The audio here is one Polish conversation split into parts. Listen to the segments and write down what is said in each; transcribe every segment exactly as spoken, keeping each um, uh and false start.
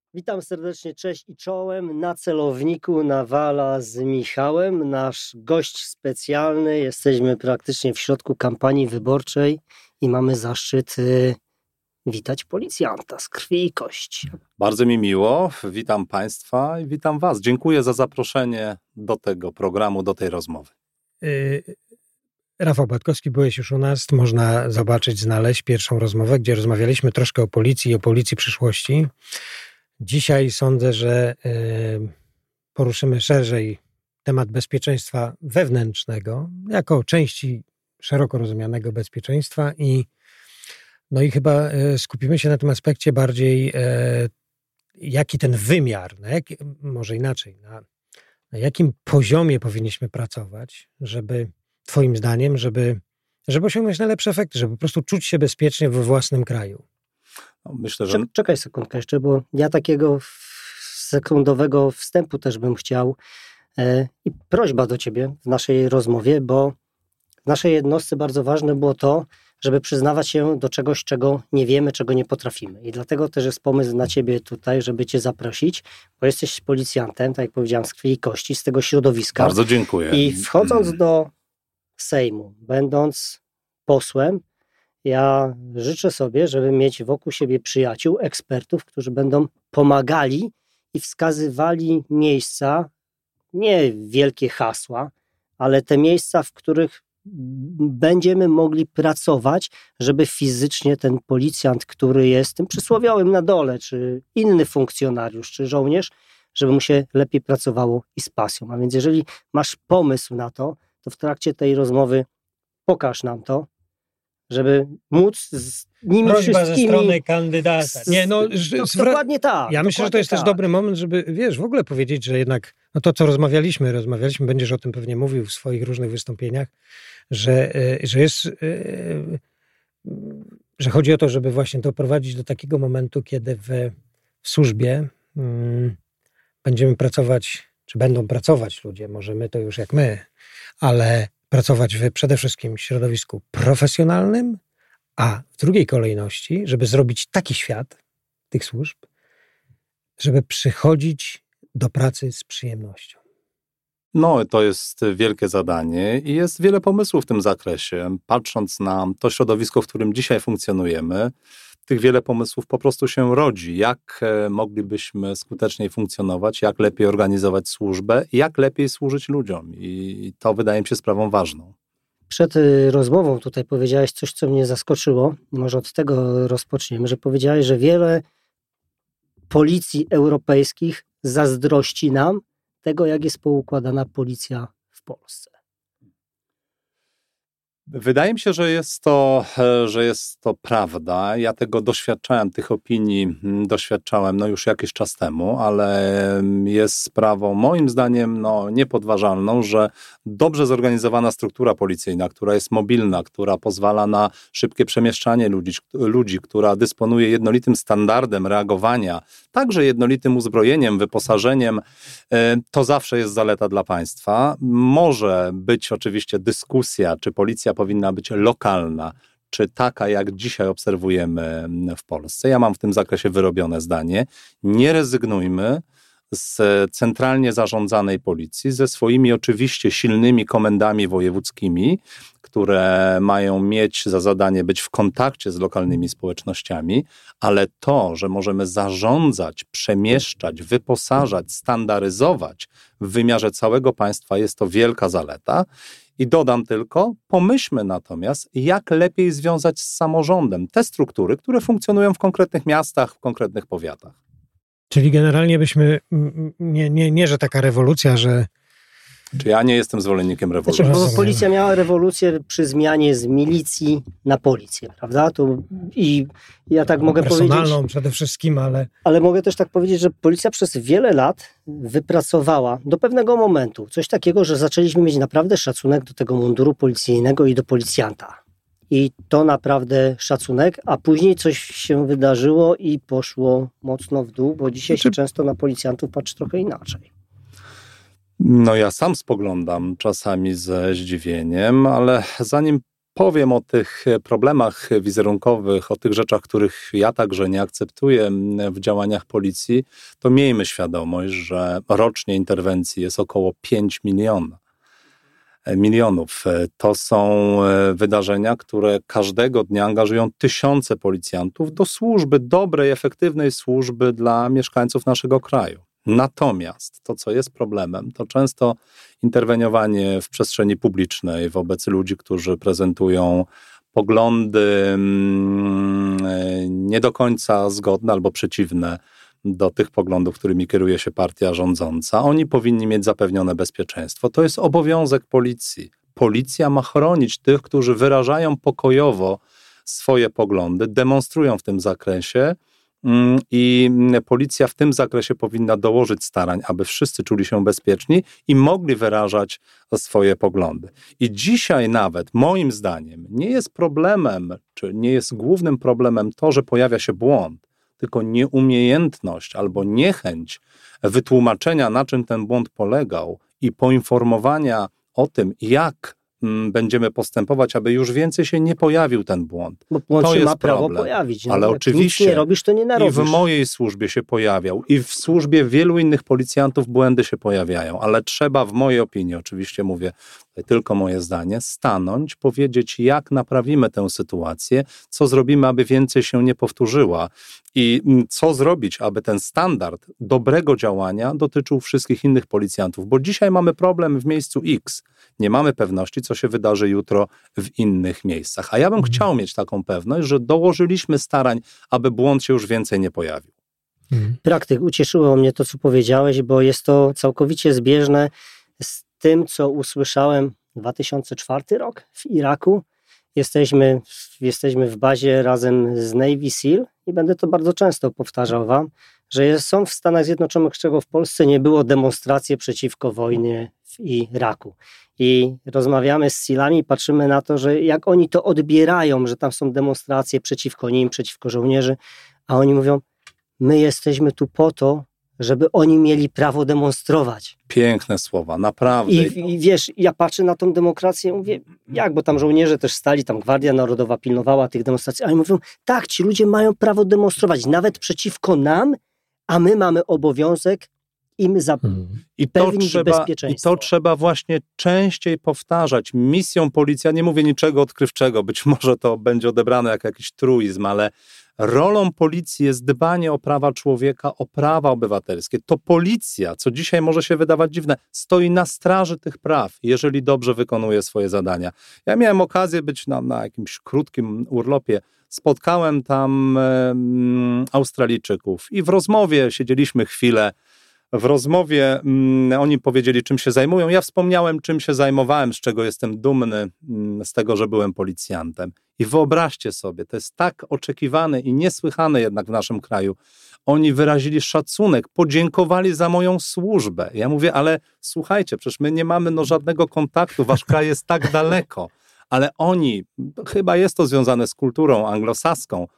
Witam serdecznie, cześć i czołem. Na celowniku Nawala z Michałem, nasz gość specjalny. Jesteśmy praktycznie w środku kampanii wyborczej i mamy zaszczyt y, witać policjanta z krwi i kości. Bardzo mi miło, witam Państwa i witam Was. Dziękuję za zaproszenie do tego programu, do tej rozmowy. Yy, Rafał Batkowski, byłeś już u nas, można zobaczyć, znaleźć pierwszą rozmowę, gdzie rozmawialiśmy troszkę o policji i o policji przyszłości. Dzisiaj sądzę, że yy, poruszymy szerzej temat bezpieczeństwa wewnętrznego, jako części szeroko rozumianego bezpieczeństwa i no i chyba yy, skupimy się na tym aspekcie bardziej, yy, jaki ten wymiar, na jak, może inaczej, na, na jakim poziomie powinniśmy pracować, żeby Twoim zdaniem, żeby, żeby osiągnąć najlepsze efekty, żeby po prostu czuć się bezpiecznie we własnym kraju? Myślę, że... Czekaj sekundkę jeszcze, bo ja takiego sekundowego wstępu też bym chciał e, i prośba do Ciebie w naszej rozmowie, bo w naszej jednostce bardzo ważne było to, żeby przyznawać się do czegoś, czego nie wiemy, czego nie potrafimy. I dlatego też jest pomysł na Ciebie tutaj, żeby Cię zaprosić, bo jesteś policjantem, tak jak powiedziałem, z krwi i kości, z tego środowiska. Bardzo dziękuję. I wchodząc do Sejmu, będąc posłem, ja życzę sobie, żeby mieć wokół siebie przyjaciół, ekspertów, którzy będą pomagali i wskazywali miejsca, nie wielkie hasła, ale te miejsca, w których będziemy mogli pracować, żeby fizycznie ten policjant, który jest tym przysłowiowym na dole, czy inny funkcjonariusz, czy żołnierz, żeby mu się lepiej pracowało i z pasją. A więc jeżeli masz pomysł na to, to w trakcie tej rozmowy pokaż nam to, żeby móc z nimi Prośba wszystkimi... ze strony kandydata. Nie, no, no, zwra... Dokładnie tak. Ja myślę, że to jest tak. też dobry moment, żeby, wiesz, w ogóle powiedzieć, że jednak no to, co rozmawialiśmy, rozmawialiśmy, będziesz o tym pewnie mówił w swoich różnych wystąpieniach, że, że jest, że chodzi o to, żeby właśnie doprowadzić do takiego momentu, kiedy w, w służbie hmm, będziemy pracować, czy będą pracować ludzie, może my to już jak my, ale pracować w przede wszystkim środowisku profesjonalnym, a w drugiej kolejności, żeby zrobić taki świat tych służb, żeby przychodzić do pracy z przyjemnością. No, to jest wielkie zadanie i jest wiele pomysłów w tym zakresie. Patrząc na to środowisko, w którym dzisiaj funkcjonujemy, tych wiele pomysłów po prostu się rodzi. Jak moglibyśmy skuteczniej funkcjonować, jak lepiej organizować służbę, jak lepiej służyć ludziom. I to wydaje mi się sprawą ważną. Przed rozmową tutaj powiedziałeś coś, co mnie zaskoczyło. Może od tego rozpoczniemy, że powiedziałeś, że wiele policji europejskich zazdrości nam tego, jak jest poukładana policja w Polsce. Wydaje mi się, że jest to, że jest to prawda. Ja tego doświadczałem, tych opinii doświadczałem no już jakiś czas temu, ale jest sprawą moim zdaniem no, niepodważalną, że dobrze zorganizowana struktura policyjna, która jest mobilna, która pozwala na szybkie przemieszczanie ludzi, ludzi, która dysponuje jednolitym standardem reagowania, także jednolitym uzbrojeniem, wyposażeniem, to zawsze jest zaleta dla państwa. Może być oczywiście dyskusja, czy policja powinna być lokalna, czy taka, jak dzisiaj obserwujemy w Polsce. Ja mam w tym zakresie wyrobione zdanie. Nie rezygnujmy z centralnie zarządzanej policji, ze swoimi oczywiście silnymi komendami wojewódzkimi, które mają mieć za zadanie być w kontakcie z lokalnymi społecznościami, ale to, że możemy zarządzać, przemieszczać, wyposażać, standaryzować w wymiarze całego państwa, jest to wielka zaleta. I dodam tylko, pomyślmy natomiast, jak lepiej związać z samorządem te struktury, które funkcjonują w konkretnych miastach, w konkretnych powiatach. Czyli generalnie byśmy, nie, nie, nie że taka rewolucja, że... Czy ja nie jestem zwolennikiem rewolucji. Znaczy, bo policja miała rewolucję przy zmianie z milicji na policję, prawda? To i ja tak mogę powiedzieć... Personalną przede wszystkim, ale... Ale mogę też tak powiedzieć, że policja przez wiele lat wypracowała do pewnego momentu coś takiego, że zaczęliśmy mieć naprawdę szacunek do tego munduru policyjnego i do policjanta. I to naprawdę szacunek, a później coś się wydarzyło i poszło mocno w dół, bo dzisiaj się często na policjantów patrzy trochę inaczej. No ja sam spoglądam czasami ze zdziwieniem, ale zanim powiem o tych problemach wizerunkowych, o tych rzeczach, których ja także nie akceptuję w działaniach policji, to miejmy świadomość, że rocznie interwencji jest około pięć milionów. milionów. To są wydarzenia, które każdego dnia angażują tysiące policjantów do służby, dobrej, efektywnej służby dla mieszkańców naszego kraju. Natomiast to, co jest problemem, to często interweniowanie w przestrzeni publicznej wobec ludzi, którzy prezentują poglądy nie do końca zgodne albo przeciwne do tych poglądów, którymi kieruje się partia rządząca. Oni powinni mieć zapewnione bezpieczeństwo. To jest obowiązek policji. Policja ma chronić tych, którzy wyrażają pokojowo swoje poglądy, demonstrują w tym zakresie i policja w tym zakresie powinna dołożyć starań, aby wszyscy czuli się bezpieczni i mogli wyrażać swoje poglądy. I dzisiaj nawet, moim zdaniem, nie jest problemem, czy nie jest głównym problemem to, że pojawia się błąd, tylko nieumiejętność albo niechęć wytłumaczenia, na czym ten błąd polegał i poinformowania o tym, jak będziemy postępować, aby już więcej się nie pojawił ten błąd. Bo błąd to się jest ma prawo problem. pojawić. No, ale jak oczywiście nic nie robisz, to nie narobisz. I w mojej służbie się pojawiał, i w służbie wielu innych policjantów błędy się pojawiają, ale trzeba, w mojej opinii, oczywiście mówię tutaj tylko moje zdanie, stanąć, powiedzieć, jak naprawimy tę sytuację, co zrobimy, aby więcej się nie powtórzyła i co zrobić, aby ten standard dobrego działania dotyczył wszystkich innych policjantów, bo dzisiaj mamy problem w miejscu X, nie mamy pewności, co się wydarzy jutro w innych miejscach. A ja bym chciał mieć taką pewność, że dołożyliśmy starań, aby błąd się już więcej nie pojawił. Praktyk, ucieszyło mnie to, co powiedziałeś, bo jest to całkowicie zbieżne z tym, co usłyszałem dwa tysiące czwarty rok w Iraku. Jesteśmy, jesteśmy w bazie razem z Navy SEAL i będę to bardzo często powtarzał wam, że są w Stanach Zjednoczonych, czego w Polsce nie było, demonstracje przeciwko wojnie w Iraku. I rozmawiamy z SEALami, patrzymy na to, że jak oni to odbierają, że tam są demonstracje przeciwko nim, przeciwko żołnierzy, a oni mówią, my jesteśmy tu po to, żeby oni mieli prawo demonstrować. Piękne słowa, naprawdę. I, I wiesz, ja patrzę na tą demokrację i mówię, jak, bo tam żołnierze też stali, tam Gwardia Narodowa pilnowała tych demonstracji, a oni mówią, tak, ci ludzie mają prawo demonstrować, nawet przeciwko nam, a my mamy obowiązek im zapewnić hmm. bezpieczeństwo. I to trzeba właśnie częściej powtarzać. Misją policja, nie mówię niczego odkrywczego, być może to będzie odebrane jak jakiś truizm, ale rolą policji jest dbanie o prawa człowieka, o prawa obywatelskie. To policja, co dzisiaj może się wydawać dziwne, stoi na straży tych praw, jeżeli dobrze wykonuje swoje zadania. Ja miałem okazję być na, na jakimś krótkim urlopie. Spotkałem tam e, Australijczyków i w rozmowie siedzieliśmy chwilę. W rozmowie mm, oni powiedzieli, czym się zajmują. Ja wspomniałem, czym się zajmowałem, z czego jestem dumny, mm, z tego, że byłem policjantem. I wyobraźcie sobie, to jest tak oczekiwane i niesłychane jednak w naszym kraju. Oni wyrazili szacunek, podziękowali za moją służbę. Ja mówię, ale słuchajcie, przecież my nie mamy no, żadnego kontaktu, wasz kraj jest tak daleko. Ale oni, chyba jest to związane z kulturą anglosaską,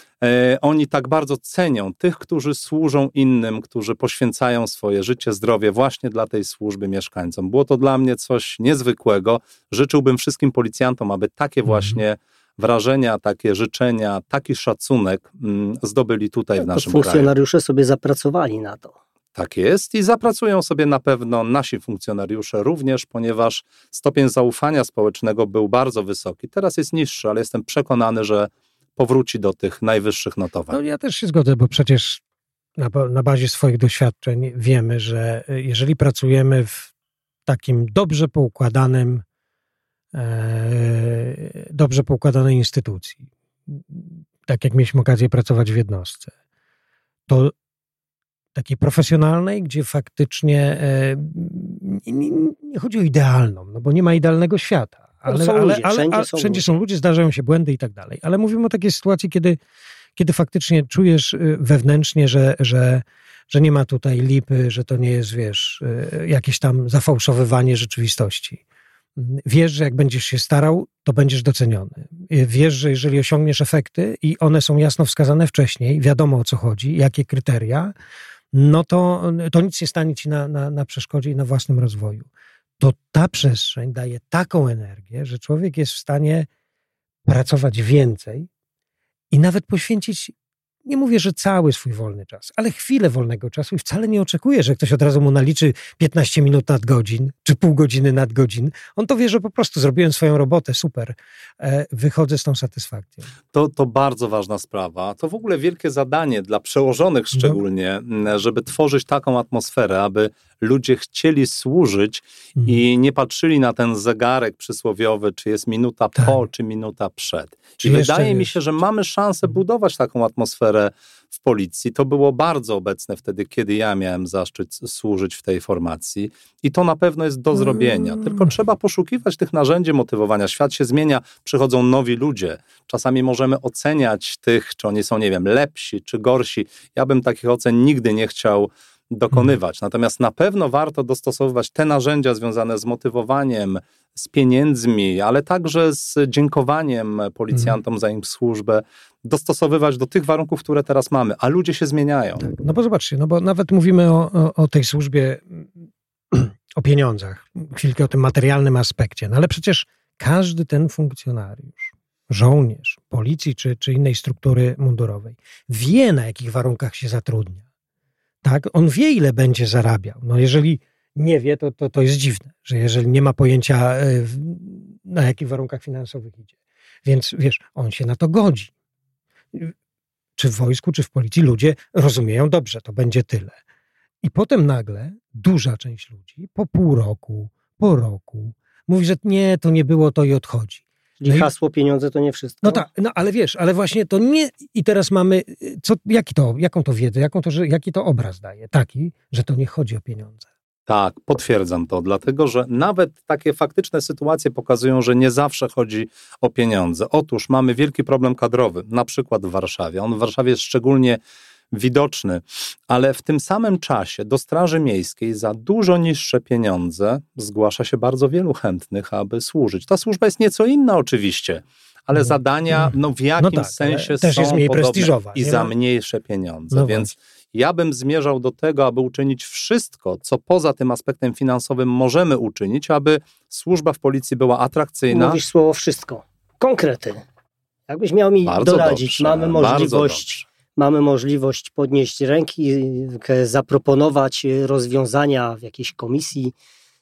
oni tak bardzo cenią tych, którzy służą innym, którzy poświęcają swoje życie, zdrowie właśnie dla tej służby mieszkańcom. Było to dla mnie coś niezwykłego. Życzyłbym wszystkim policjantom, aby takie właśnie wrażenia, takie życzenia, taki szacunek zdobyli tutaj w naszym kraju. Funkcjonariusze sobie zapracowali na to. Tak jest i zapracują sobie na pewno nasi funkcjonariusze również, ponieważ stopień zaufania społecznego był bardzo wysoki. Teraz jest niższy, ale jestem przekonany, że powróci do tych najwyższych notowań. No ja też się zgodzę, bo przecież na, na bazie swoich doświadczeń wiemy, że jeżeli pracujemy w takim dobrze poukładanym, e, dobrze poukładanej instytucji, tak jak mieliśmy okazję pracować w jednostce, to takiej profesjonalnej, gdzie faktycznie e, nie, nie chodzi o idealną, no bo nie ma idealnego świata. Ale, są ale, ludzie, ale, wszędzie, ale, są, wszędzie ludzie. są ludzie, zdarzają się błędy i tak dalej. Ale mówimy o takiej sytuacji, kiedy, kiedy faktycznie czujesz wewnętrznie, że, że, że nie ma tutaj lipy, że to nie jest, wiesz, jakieś tam zafałszowywanie rzeczywistości. Wiesz, że jak będziesz się starał, to będziesz doceniony. Wiesz, że jeżeli osiągniesz efekty i one są jasno wskazane wcześniej, wiadomo o co chodzi, jakie kryteria, no to, to nic nie stanie ci na, na, na przeszkodzie i na własnym rozwoju. To ta przestrzeń daje taką energię, że człowiek jest w stanie pracować więcej i nawet poświęcić, nie mówię, że cały swój wolny czas, ale chwilę wolnego czasu i wcale nie oczekuje, że ktoś od razu mu naliczy piętnaście minut nadgodzin, czy pół godziny nadgodzin. On to wie, że po prostu zrobiłem swoją robotę, super, e, wychodzę z tą satysfakcją. To, to bardzo ważna sprawa. To w ogóle wielkie zadanie dla przełożonych szczególnie, no. żeby tworzyć taką atmosferę, aby ludzie chcieli służyć mhm. i nie patrzyli na ten zegarek przysłowiowy, czy jest minuta tak. po, czy minuta przed. Czy I wydaje mi się, że mamy szansę budować taką atmosferę w policji. To było bardzo obecne wtedy, kiedy ja miałem zaszczyt służyć w tej formacji i to na pewno jest do zrobienia. Mm. Tylko trzeba poszukiwać tych narzędzi motywowania. Świat się zmienia, przychodzą nowi ludzie. Czasami możemy oceniać tych, czy oni są, nie wiem, lepsi, czy gorsi. Ja bym takich ocen nigdy nie chciał dokonywać. Natomiast na pewno warto dostosowywać te narzędzia związane z motywowaniem, z pieniędzmi, ale także z dziękowaniem policjantom za ich służbę, dostosowywać do tych warunków, które teraz mamy, a ludzie się zmieniają. Tak, no bo zobaczcie, no bo nawet mówimy o, o, o tej służbie, o pieniądzach, chwilkę o tym materialnym aspekcie, no ale przecież każdy ten funkcjonariusz, żołnierz, policji czy, czy innej struktury mundurowej wie, na jakich warunkach się zatrudnia. Tak? On wie, ile będzie zarabiał. No jeżeli nie wie, to, to, to jest dziwne, że jeżeli nie ma pojęcia, na jakich warunkach finansowych idzie. Więc wiesz, on się na to godzi. Czy w wojsku, czy w policji ludzie rozumieją, dobrze, to będzie tyle. I potem nagle duża część ludzi po pół roku, po roku mówi, że nie, to nie było to i odchodzi. Czyli no hasło pieniądze to nie wszystko. No tak, no ale wiesz, ale właśnie to nie... I teraz mamy, co, jaki to, jaką to wiedzę, jaką to, jaki to obraz daje? Taki, że to nie chodzi o pieniądze. Tak, potwierdzam to, dlatego że nawet takie faktyczne sytuacje pokazują, że nie zawsze chodzi o pieniądze. Otóż mamy wielki problem kadrowy, na przykład w Warszawie. On w Warszawie jest szczególnie widoczny, ale w tym samym czasie do Straży Miejskiej za dużo niższe pieniądze zgłasza się bardzo wielu chętnych, aby służyć. Ta służba jest nieco inna oczywiście, ale zadania no, w jakimś no tak, sensie też są jest mniej podobne prestiżowa, i za mniejsze pieniądze, no więc właśnie. Ja bym zmierzał do tego, aby uczynić wszystko, co poza tym aspektem finansowym możemy uczynić, aby służba w policji była atrakcyjna. Mówisz słowo wszystko. Konkrety. Jakbyś miał mi bardzo doradzić, dobrze, mamy możliwość, mamy możliwość podnieść ręki, zaproponować rozwiązania w jakiejś komisji.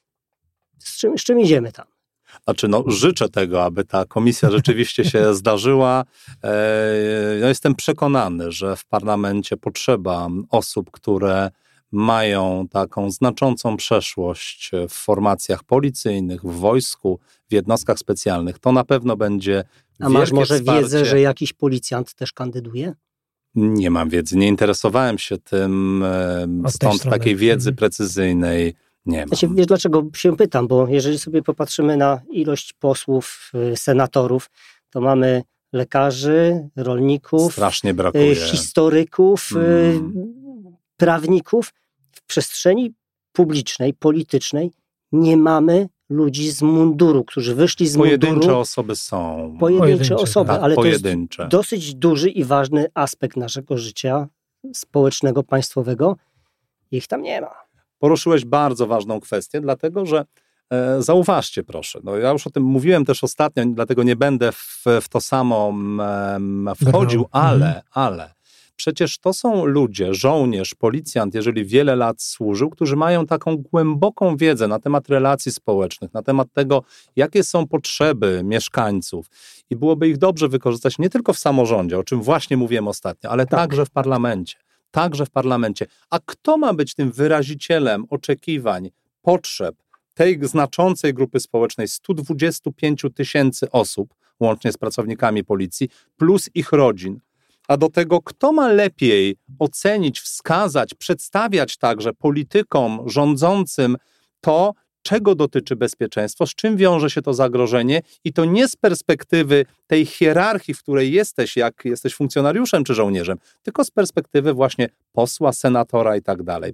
Z czym, z czym idziemy tam? Znaczy, no, życzę tego, aby ta komisja rzeczywiście się zdarzyła. Ja jestem przekonany, że w parlamencie potrzeba osób, które mają taką znaczącą przeszłość w formacjach policyjnych, w wojsku, w jednostkach specjalnych. To na pewno będzie A masz może wsparcie. wiedzę, że jakiś policjant też kandyduje? Nie mam wiedzy, nie interesowałem się tym, stąd takiej wiedzy precyzyjnej nie mam. Znaczy, wiesz, dlaczego się pytam, bo jeżeli sobie popatrzymy na ilość posłów, senatorów, to mamy lekarzy, rolników, strasznie brakuje historyków, mm. prawników. W przestrzeni publicznej, politycznej nie mamy ludzi z munduru, którzy wyszli z pojedyncze munduru. Pojedyncze osoby są. Pojedyncze, pojedyncze osoby, tak, ale pojedyncze. to jest dosyć duży i ważny aspekt naszego życia społecznego, państwowego. Ich tam nie ma. Poruszyłeś bardzo ważną kwestię, dlatego że e, zauważcie proszę, no ja już o tym mówiłem też ostatnio, dlatego nie będę w, w to samo m, wchodził, no. ale, mhm. ale przecież to są ludzie, żołnierz, policjant, jeżeli wiele lat służył, którzy mają taką głęboką wiedzę na temat relacji społecznych, na temat tego, jakie są potrzeby mieszkańców i byłoby ich dobrze wykorzystać nie tylko w samorządzie, o czym właśnie mówiłem ostatnio, ale tak. także w parlamencie. Także w parlamencie. A kto ma być tym wyrazicielem oczekiwań, potrzeb tej znaczącej grupy społecznej sto dwadzieścia pięć tysięcy osób, łącznie z pracownikami policji, plus ich rodzin? A do tego, kto ma lepiej ocenić, wskazać, przedstawiać także politykom rządzącym to, czego dotyczy bezpieczeństwo, z czym wiąże się to zagrożenie i to nie z perspektywy tej hierarchii, w której jesteś, jak jesteś funkcjonariuszem czy żołnierzem, tylko z perspektywy właśnie posła, senatora i tak dalej. Przecież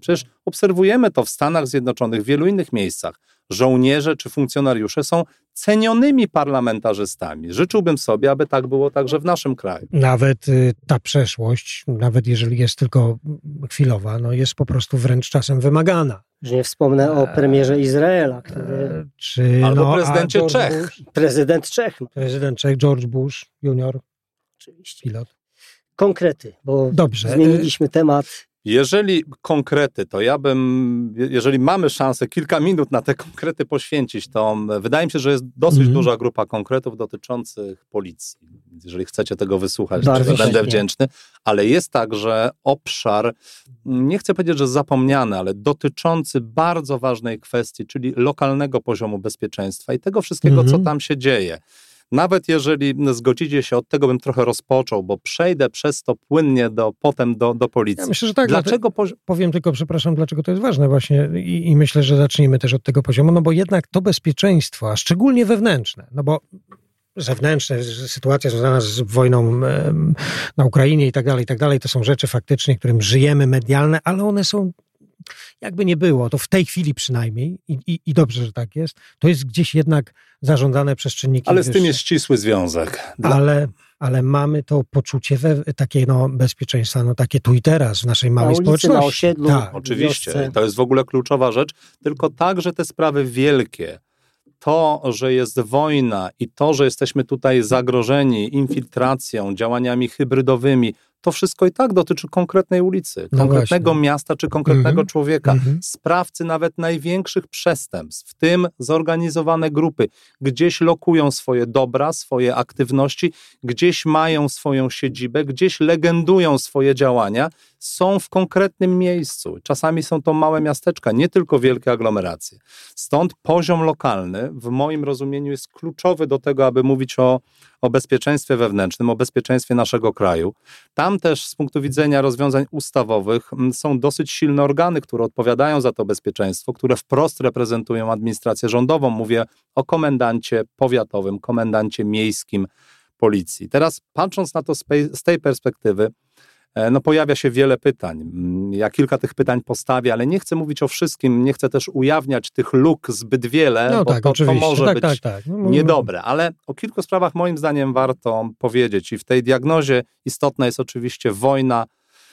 obserwujemy to w Stanach Zjednoczonych, w wielu innych miejscach. Żołnierze czy funkcjonariusze są cenionymi parlamentarzystami. Życzyłbym sobie, aby tak było także w naszym kraju. Nawet y, ta przeszłość, nawet jeżeli jest tylko chwilowa, no jest po prostu wręcz czasem wymagana. Że nie wspomnę o premierze Izraela, który... Czy, Albo no, prezydencie George Czech. Bush, Prezydent Czech. prezydent Czech, George Bush junior, Oczywiście. pilot. Konkrety, bo Dobrze. zmieniliśmy temat. Jeżeli konkrety, to ja bym, jeżeli mamy szansę kilka minut na te konkrety poświęcić, to wydaje mi się, że jest dosyć Mhm. duża grupa konkretów dotyczących policji. Więc jeżeli chcecie tego wysłuchać, Bardzo to będę chętnie. wdzięczny. Ale jest także obszar, nie chcę powiedzieć, że zapomniany, ale dotyczący bardzo ważnej kwestii, czyli lokalnego poziomu bezpieczeństwa i tego wszystkiego, Mhm. co tam się dzieje. Nawet jeżeli zgodzicie się, od tego bym trochę rozpoczął, bo przejdę przez to płynnie do, potem do, do policji. Ja myślę, że tak. Dlaczego pozi- Powiem tylko, przepraszam, dlaczego to jest ważne właśnie i, i myślę, że zacznijmy też od tego poziomu, no bo jednak to bezpieczeństwo, a szczególnie wewnętrzne, no bo zewnętrzne, sytuacja związana z wojną em, na Ukrainie i tak dalej, i tak dalej, to są rzeczy faktycznie, którym żyjemy, medialne, ale one są, jakby nie było, to w tej chwili przynajmniej i, i, i dobrze, że tak jest, to jest gdzieś jednak zarządzane przez czynniki Ale z tym wyższe. jest ścisły związek. Dla... Ale, ale mamy to poczucie we, takie no, bezpieczeństwa, no takie tu i teraz w naszej małej Na ulicy, społeczności. na osiedlu. Tak. Oczywiście, wiosce. to jest w ogóle kluczowa rzecz, tylko także te sprawy wielkie, to, że jest wojna i to, że jesteśmy tutaj zagrożeni infiltracją, działaniami hybrydowymi, to wszystko i tak dotyczy konkretnej ulicy, No konkretnego właśnie. miasta czy konkretnego Mhm. człowieka. Mhm. Sprawcy nawet największych przestępstw, w tym zorganizowane grupy, gdzieś lokują swoje dobra, swoje aktywności, gdzieś mają swoją siedzibę, gdzieś legendują swoje działania, są w konkretnym miejscu. Czasami są to małe miasteczka, nie tylko wielkie aglomeracje. Stąd poziom lokalny w moim rozumieniu jest kluczowy do tego, aby mówić o, o bezpieczeństwie wewnętrznym, o bezpieczeństwie naszego kraju. Tam też z punktu widzenia rozwiązań ustawowych m, są dosyć silne organy, które odpowiadają za to bezpieczeństwo, które wprost reprezentują administrację rządową. Mówię o komendancie powiatowym, komendancie miejskim policji. Teraz patrząc na to z, pej- z tej perspektywy, no pojawia się wiele pytań. Ja kilka tych pytań postawię, ale nie chcę mówić o wszystkim, nie chcę też ujawniać tych luk zbyt wiele, No bo tak, to, to oczywiście. może tak, być tak, tak. No, niedobre, ale o kilku sprawach moim zdaniem warto powiedzieć i w tej diagnozie istotna jest oczywiście wojna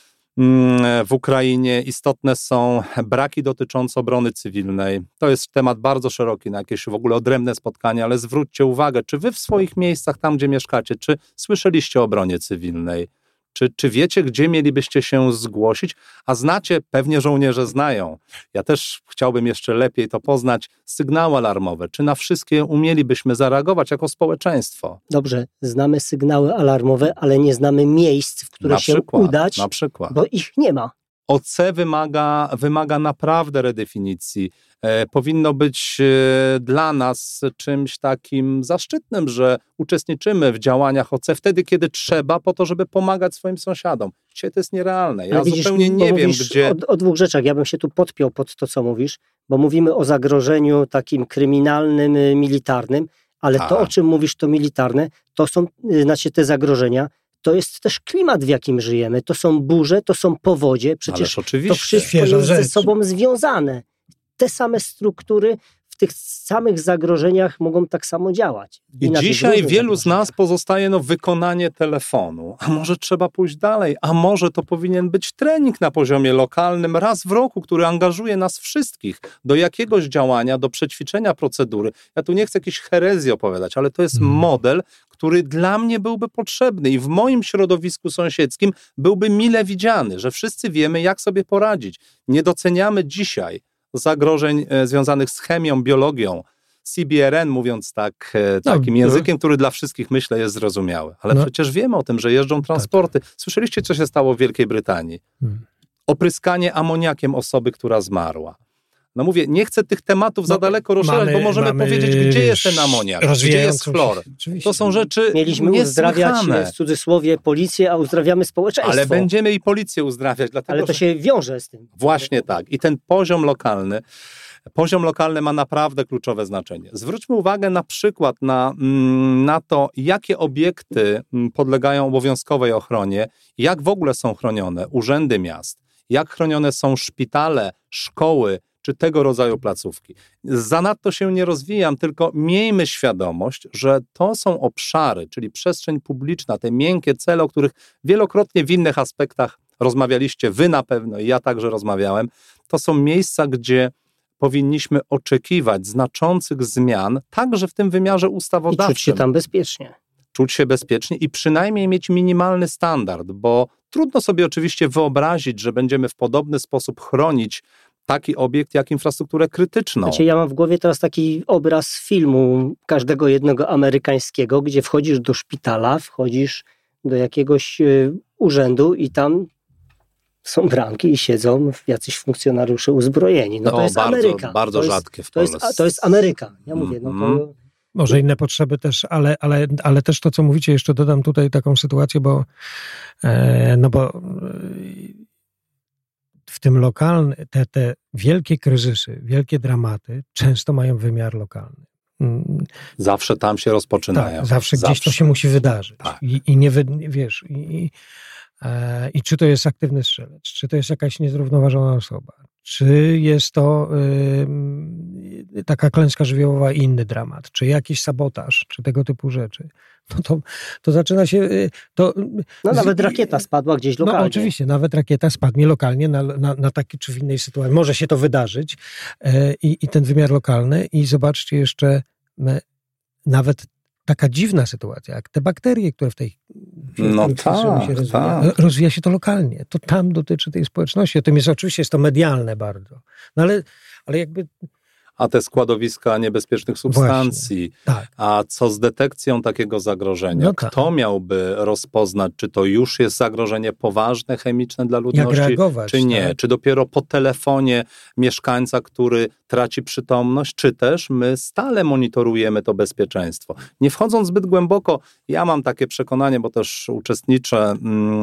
w Ukrainie, istotne są braki dotyczące obrony cywilnej. To jest temat bardzo szeroki na jakieś w ogóle odrębne spotkanie, ale zwróćcie uwagę, czy wy w swoich miejscach, tam gdzie mieszkacie, czy słyszeliście o obronie cywilnej? Czy, czy wiecie, gdzie mielibyście się zgłosić? A znacie, pewnie żołnierze znają. Ja też chciałbym jeszcze lepiej to poznać, sygnały alarmowe. Czy na wszystkie umielibyśmy zareagować jako społeczeństwo? Dobrze, znamy sygnały alarmowe, ale nie znamy miejsc, w które Na się przykład, udać, na przykład. bo ich nie ma. O C wymaga, wymaga naprawdę redefinicji. E, powinno być e, dla nas czymś takim zaszczytnym, że uczestniczymy w działaniach O C wtedy, kiedy trzeba, po to, żeby pomagać swoim sąsiadom. Dzisiaj to jest nierealne. Ja Ale widzisz, zupełnie bo nie wiem, mówisz gdzie... O, o dwóch rzeczach. Ja bym się tu podpiął pod to, co mówisz, bo mówimy o zagrożeniu takim kryminalnym, y, militarnym, ale Tak. to, o czym mówisz, to militarne, to są, y, znaczy te zagrożenia, to jest też klimat, w jakim żyjemy. To są burze, to są powodzie. Przecież Ależ to oczywiście. wszystko Świeża jest ze rzecz. sobą związane. Te same struktury w tych samych zagrożeniach mogą tak samo działać. I Inaczej w dzisiaj różnych wielu z zagrożeniach. nas pozostaje no, wykonanie telefonu. A może trzeba pójść dalej? A może to powinien być trening na poziomie lokalnym raz w roku, który angażuje nas wszystkich do jakiegoś działania, do przećwiczenia procedury. Ja tu nie chcę jakiejś herezji opowiadać, ale to jest Hmm. model, który dla mnie byłby potrzebny i w moim środowisku sąsiedzkim byłby mile widziany, że wszyscy wiemy, jak sobie poradzić. Nie doceniamy dzisiaj zagrożeń e, związanych z chemią, biologią, C B R N, mówiąc tak, e, No, takim językiem, który dla wszystkich, myślę, jest zrozumiały. Ale No. przecież wiemy o tym, że jeżdżą transporty. Słyszeliście, co się stało w Wielkiej Brytanii? Hmm. Opryskanie amoniakiem osoby, która zmarła. No mówię, nie chcę tych tematów za No, daleko rozszerzać, mamy- bo możemy mamy, powiedzieć, gdzie jest ten amoniak, gdzie jest rozwijającą się- chlor. Oczywiście. To są rzeczy Mieliśmy uzdrawiać niesłychane. w cudzysłowie policję, a uzdrawiamy społeczeństwo. Ale będziemy i policję uzdrawiać, dlatego Ale to że... się wiąże z tym. Właśnie tak. I ten poziom lokalny, poziom lokalny ma naprawdę kluczowe znaczenie. Zwróćmy uwagę na przykład na, na to, jakie obiekty podlegają obowiązkowej ochronie, jak w ogóle są chronione urzędy miast, jak chronione są szpitale, szkoły, czy tego rodzaju placówki. Zanadto się nie rozwijam, tylko miejmy świadomość, że to są obszary, czyli przestrzeń publiczna, te miękkie cele, o których wielokrotnie w innych aspektach rozmawialiście, wy na pewno i ja także rozmawiałem, to są miejsca, gdzie powinniśmy oczekiwać znaczących zmian, także w tym wymiarze ustawodawczym. I czuć się tam bezpiecznie. Czuć się bezpiecznie i przynajmniej mieć minimalny standard, bo trudno sobie oczywiście wyobrazić, że będziemy w podobny sposób chronić taki obiekt jak infrastrukturę krytyczną. Znaczy, ja mam w głowie teraz taki obraz filmu każdego jednego amerykańskiego, gdzie wchodzisz do szpitala, wchodzisz do jakiegoś y, urzędu i tam są bramki i siedzą jacyś funkcjonariusze uzbrojeni. No, no to jest bardzo, Ameryka. Bardzo to jest, rzadkie w to Polsce. jest, to jest Ameryka. Ja mówię, no to... Może inne potrzeby też, ale, ale, ale też to, co mówicie, jeszcze dodam tutaj taką sytuację, bo e, no bo w tym lokalnym, te, te wielkie kryzysy, wielkie dramaty często mają wymiar lokalny. Zawsze tam się rozpoczynają. Tak, zawsze, zawsze gdzieś to się musi wydarzyć. Tak. I, i nie wy, wiesz, i, e, i czy to jest aktywny strzelec, czy to jest jakaś niezrównoważona osoba, czy jest to y, taka klęska żywiołowa i inny dramat, czy jakiś sabotaż, czy tego typu rzeczy. No to, to zaczyna się... Y, to, no nawet rakieta spadła gdzieś lokalnie. No oczywiście, nawet rakieta spadnie lokalnie na, na, na takiej czy w innej sytuacji. Może się to wydarzyć y, i ten wymiar lokalny. I zobaczcie jeszcze y, nawet taka dziwna sytuacja, jak te bakterie, które w tej no w tak, się rozwija, tak. rozwija się to lokalnie. To tam dotyczy tej społeczności. O tym jest oczywiście jest to medialne bardzo. No ale, ale jakby... A te składowiska niebezpiecznych substancji, tak. A co z detekcją takiego zagrożenia? No tak. Kto miałby rozpoznać, czy to już jest zagrożenie poważne, chemiczne dla ludności, Jak reagować, czy nie? tak? Czy dopiero po telefonie mieszkańca, który traci przytomność, czy też my stale monitorujemy to bezpieczeństwo? Nie wchodząc zbyt głęboko, ja mam takie przekonanie, bo też uczestniczę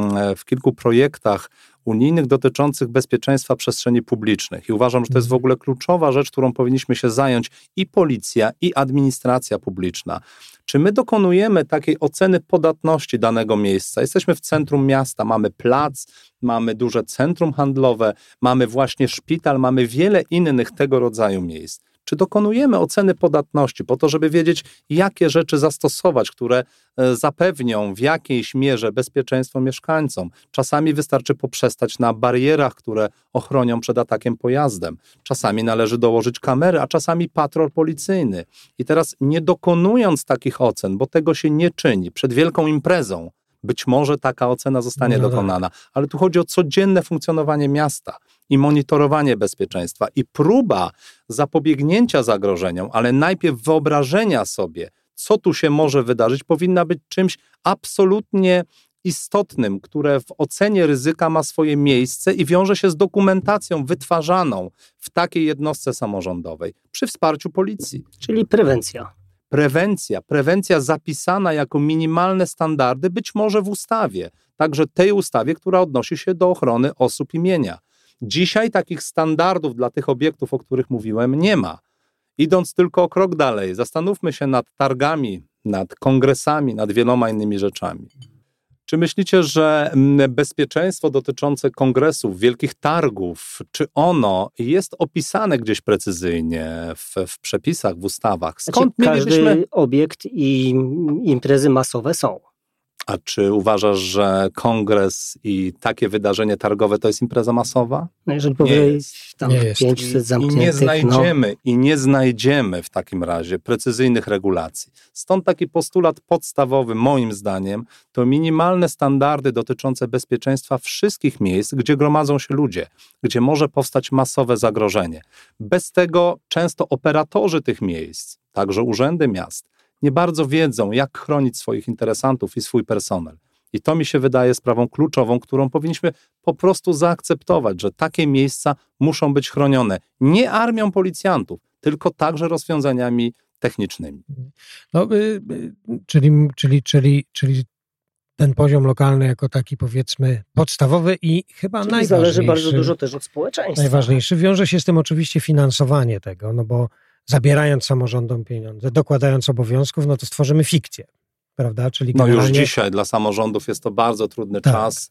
w kilku projektach unijnych dotyczących bezpieczeństwa przestrzeni publicznych i uważam, że to jest w ogóle kluczowa rzecz, którą powinniśmy się zająć i policja, i administracja publiczna. Czy my dokonujemy takiej oceny podatności danego miejsca? Jesteśmy w centrum miasta, mamy plac, mamy duże centrum handlowe, mamy właśnie szpital, mamy wiele innych tego rodzaju miejsc. Czy dokonujemy oceny podatności po to, żeby wiedzieć, jakie rzeczy zastosować, które zapewnią w jakiejś mierze bezpieczeństwo mieszkańcom? Czasami wystarczy poprzestać na barierach, które ochronią przed atakiem pojazdem. Czasami należy dołożyć kamery, a czasami patrol policyjny. I teraz nie dokonując takich ocen, bo tego się nie czyni przed wielką imprezą, być może taka ocena zostanie no dokonana, tak. Ale tu chodzi o codzienne funkcjonowanie miasta i monitorowanie bezpieczeństwa i próba zapobiegnięcia zagrożeniom, ale najpierw wyobrażenia sobie, co tu się może wydarzyć, powinna być czymś absolutnie istotnym, które w ocenie ryzyka ma swoje miejsce i wiąże się z dokumentacją wytwarzaną w takiej jednostce samorządowej przy wsparciu policji. Czyli prewencja. Prewencja, prewencja zapisana jako minimalne standardy, być może w ustawie, także tej ustawie, która odnosi się do ochrony osób i mienia. Dzisiaj takich standardów dla tych obiektów, o których mówiłem, nie ma. Idąc tylko o krok dalej, zastanówmy się nad targami, nad kongresami, nad wieloma innymi rzeczami. Czy myślicie, że bezpieczeństwo dotyczące kongresów, wielkich targów, czy ono jest opisane gdzieś precyzyjnie w, w przepisach, w ustawach? Skąd znaczy, mielibyśmy... Każdy obiekt i imprezy masowe są. A czy uważasz, że kongres i takie wydarzenie targowe to jest impreza masowa? No jeżeli powiedzieć tam pięćset zamkniętych. I nie znajdziemy, no. i nie znajdziemy w takim razie precyzyjnych regulacji. Stąd taki postulat podstawowy, moim zdaniem, to minimalne standardy dotyczące bezpieczeństwa wszystkich miejsc, gdzie gromadzą się ludzie, gdzie może powstać masowe zagrożenie. Bez tego często operatorzy tych miejsc, także urzędy miast, nie bardzo wiedzą, jak chronić swoich interesantów i swój personel. I to mi się wydaje sprawą kluczową, którą powinniśmy po prostu zaakceptować, że takie miejsca muszą być chronione nie armią policjantów, tylko także rozwiązaniami technicznymi. No, y, y, czyli, czyli, czyli, czyli ten poziom lokalny jako taki, powiedzmy, podstawowy i chyba czyli najważniejszy. Zależy bardzo dużo też od społeczeństwa. Najważniejszy. Wiąże się z tym oczywiście finansowanie tego, no bo zabierając samorządom pieniądze, dokładając obowiązków, no to stworzymy fikcję, prawda? Czyli generalnie... No już generalnie... dzisiaj dla samorządów jest to bardzo trudny tak. czas.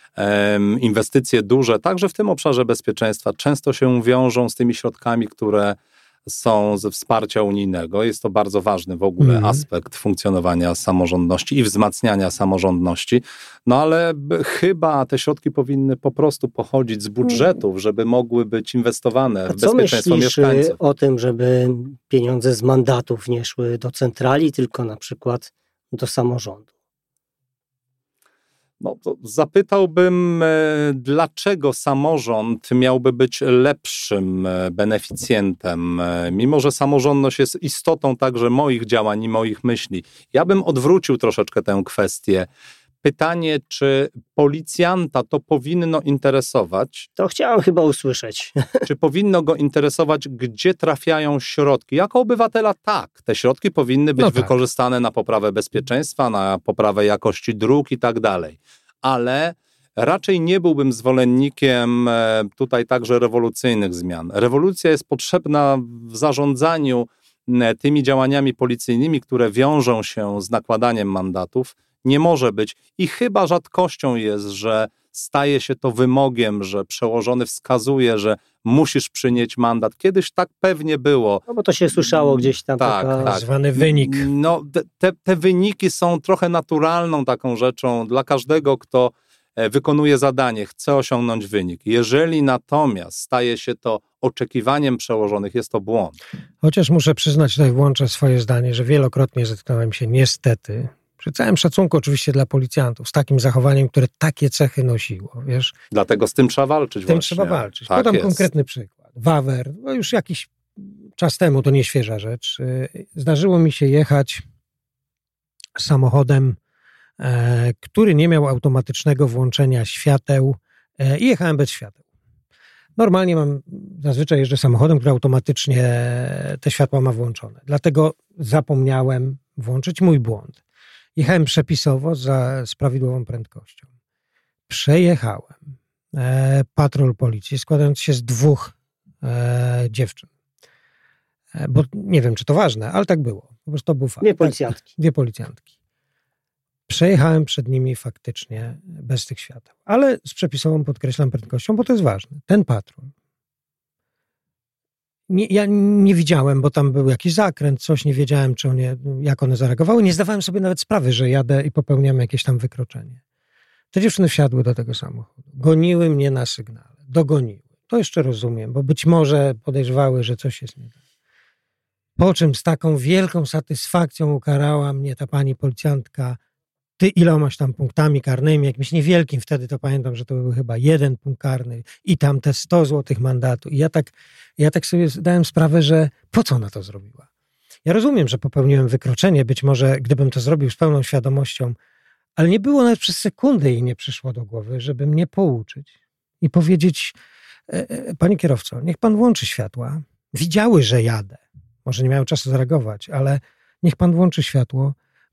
um, inwestycje duże, także w tym obszarze bezpieczeństwa, często się wiążą z tymi środkami, które są ze wsparcia unijnego. Jest to bardzo ważny w ogóle mm. aspekt funkcjonowania samorządności i wzmacniania samorządności. No ale b- chyba te środki powinny po prostu pochodzić z budżetów, żeby mogły być inwestowane A w bezpieczeństwo co mieszkańców. myślisz o tym, żeby pieniądze z mandatów nie szły do centrali, tylko na przykład do samorządu? No, to zapytałbym, dlaczego samorząd miałby być lepszym beneficjentem, mimo że samorządność jest istotą także moich działań i moich myśli. Ja bym odwrócił troszeczkę tę kwestię. Pytanie, czy policjanta to powinno interesować? To chciałem chyba usłyszeć. Czy powinno go interesować, gdzie trafiają środki? Jako obywatela tak. Te środki powinny być no tak. wykorzystane na poprawę bezpieczeństwa, na poprawę jakości dróg i tak dalej. Ale raczej nie byłbym zwolennikiem tutaj także rewolucyjnych zmian. Rewolucja jest potrzebna w zarządzaniu tymi działaniami policyjnymi, które wiążą się z nakładaniem mandatów. Nie może być i chyba rzadkością jest, że staje się to wymogiem, że przełożony wskazuje, że musisz przynieść mandat. Kiedyś tak pewnie było. No bo to się słyszało gdzieś tam. Tak, taka... tak. Zwany wynik. No, te, te wyniki są trochę naturalną taką rzeczą dla każdego, kto wykonuje zadanie, chce osiągnąć wynik. Jeżeli natomiast staje się to oczekiwaniem przełożonych, jest to błąd. Chociaż muszę przyznać, tutaj włączę swoje zdanie, że wielokrotnie zetknąłem się niestety, przy całym szacunku oczywiście dla policjantów, z takim zachowaniem, które takie cechy nosiło, wiesz. Dlatego z tym trzeba walczyć. Z tym właśnie. trzeba walczyć. Tak Podam jest. konkretny przykład. Wawer, no już jakiś czas temu, to nie świeża rzecz, zdarzyło mi się jechać samochodem, e, który nie miał automatycznego włączenia świateł e, i jechałem bez świateł. Normalnie mam, zazwyczaj jeżdżę samochodem, który automatycznie te światła ma włączone. Dlatego zapomniałem włączyć, mój błąd. Jechałem przepisowo za, z prawidłową prędkością. Przejechałem e, patrol policji składający się z dwóch e, dziewczyn. E, bo nie wiem, czy to ważne, ale tak było. Po prostu to był fakt. Dwie policjantki. Tak, dwie policjantki. Przejechałem przed nimi faktycznie bez tych świateł. Ale z przepisową, podkreślam, prędkością, bo to jest ważne. Ten patrol. Nie, ja nie widziałem, bo tam był jakiś zakręt, coś, nie wiedziałem, czy one, jak one zareagowały. Nie zdawałem sobie nawet sprawy, że jadę i popełniam jakieś tam wykroczenie. Te dziewczyny wsiadły do tego samochodu. Goniły mnie na sygnale. Dogoniły. To jeszcze rozumiem, bo być może podejrzewały, że coś jest nie tak. Po czym z taką wielką satysfakcją ukarała mnie ta pani policjantka ty ilomaś tam punktami karnymi, jakimś niewielkim, wtedy to pamiętam, że to był chyba jeden punkt karny i tam te sto złotych mandatu. I ja tak, ja tak sobie zdałem sprawę, że po co ona to zrobiła? Ja rozumiem, że popełniłem wykroczenie, być może gdybym to zrobił z pełną świadomością, ale nie było nawet przez sekundę jej nie przyszło do głowy, żeby mnie pouczyć i powiedzieć, e, panie kierowco, niech pan włączy światła. Widziały, że jadę. Może nie miały czasu zareagować, ale niech pan włączy światło.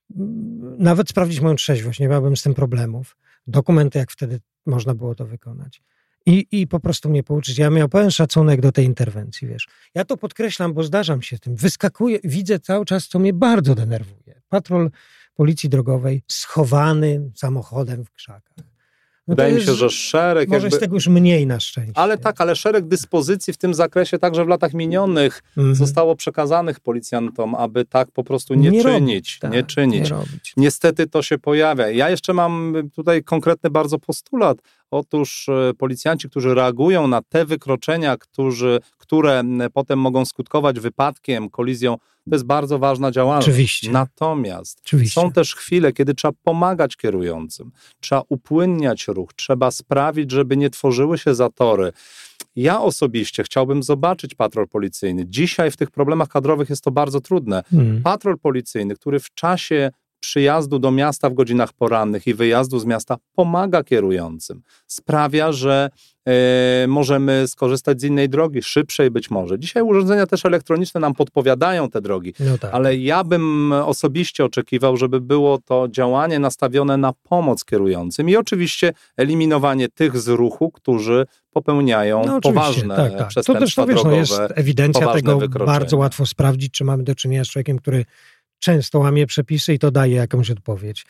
Nawet sprawdzić moją trzeźwość, nie miałbym z tym problemów. Dokumenty, jak wtedy można było to wykonać. I, i po prostu mnie pouczyć. Ja miałem pełen szacunek do tej interwencji, wiesz. Ja to podkreślam, bo zdarzam się tym. Wyskakuję, widzę cały czas, co mnie bardzo denerwuje. Patrol policji drogowej schowany samochodem w krzakach. No Wydaje mi jest, się, że szereg... Może jakby... z tego już mniej na szczęście. Ale tak, ale szereg dyspozycji w tym zakresie także w latach minionych mm-hmm. zostało przekazanych policjantom, aby tak po prostu nie, nie czynić. Robić, tak, nie czynić. Nie Niestety to się pojawia. Ja jeszcze mam tutaj konkretny bardzo postulat. Otóż policjanci, którzy reagują na te wykroczenia, którzy, które potem mogą skutkować wypadkiem, kolizją, to jest bardzo ważna działalność. Oczywiście. Natomiast Oczywiście. są też chwile, kiedy trzeba pomagać kierującym, trzeba upłynniać ruch, trzeba sprawić, żeby nie tworzyły się zatory. Ja osobiście chciałbym zobaczyć patrol policyjny. Dzisiaj w tych problemach kadrowych jest to bardzo trudne. Hmm. Patrol policyjny, który w czasie przyjazdu do miasta w godzinach porannych i wyjazdu z miasta pomaga kierującym. Sprawia, że e, możemy skorzystać z innej drogi, szybszej być może. Dzisiaj urządzenia też elektroniczne nam podpowiadają te drogi, no tak. Ale ja bym osobiście oczekiwał, żeby było to działanie nastawione na pomoc kierującym i oczywiście eliminowanie tych z ruchu, którzy popełniają no poważne tak, tak. przestępstwa to też, to wiesz, drogowe. No jest ewidencja tego wykroczenia. Bardzo łatwo sprawdzić, czy mamy do czynienia z człowiekiem, który często łamie przepisy i to daje jakąś odpowiedź.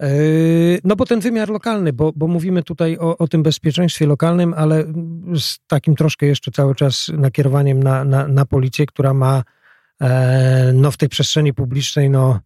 No bo ten wymiar lokalny, bo, bo mówimy tutaj o, o tym bezpieczeństwie lokalnym, ale z takim troszkę jeszcze cały czas nakierowaniem na, na, na policję, która ma no, w tej przestrzeni publicznej no,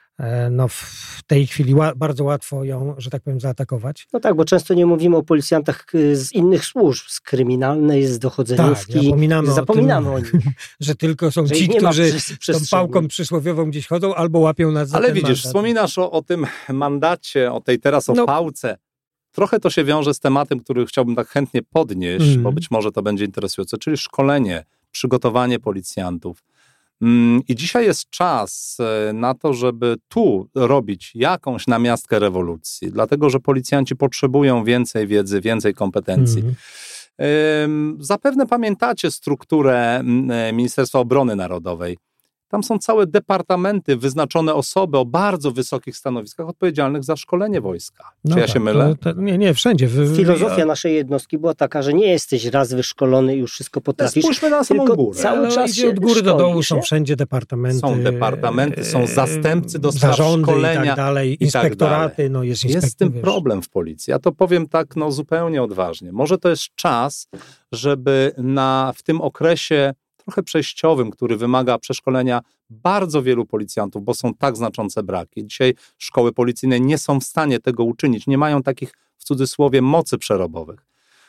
no w tej chwili ła- bardzo łatwo ją, że tak powiem, zaatakować. No tak, bo często nie mówimy o policjantach z innych służb, z kryminalnej, z dochodzeniówki. Tak, zapominamy, zapominamy o, o tym, nich. Że tylko są że ci, którzy z tą pałką przysłowiową gdzieś chodzą albo łapią nas za Ale ten widzisz, mandat. wspominasz o, o tym mandacie, o tej teraz o No. pałce. Trochę to się wiąże z tematem, który chciałbym tak chętnie podnieść, Mm. bo być może to będzie interesujące, czyli szkolenie, przygotowanie policjantów. I dzisiaj jest czas na to, żeby tu robić jakąś namiastkę rewolucji, dlatego że policjanci potrzebują więcej wiedzy, więcej kompetencji. Mm. Zapewne pamiętacie strukturę Ministerstwa Obrony Narodowej. Tam są całe departamenty, wyznaczone osoby o bardzo wysokich stanowiskach odpowiedzialnych za szkolenie wojska. Czy No ja tak, się mylę? To, to, nie, nie, wszędzie. W, Filozofia naszej jednostki była taka, że nie jesteś raz wyszkolony i już wszystko potrafisz. Spójrzmy na samą tylko górę. cały No, czas idzie się od góry do dołu, szkolisz, są nie? wszędzie departamenty. Są departamenty, są zastępcy do spraw zarządy szkolenia i tak dalej, i tak inspektoraty, dalej. no jest inspektor. Jest z tym wiesz. problem w policji. Ja to powiem tak no, zupełnie odważnie. Może to jest czas, żeby na, w tym okresie trochę przejściowym, który wymaga przeszkolenia bardzo wielu policjantów, bo są tak znaczące braki. Dzisiaj szkoły policyjne nie są w stanie tego uczynić, nie mają takich w cudzysłowie mocy przerobowych.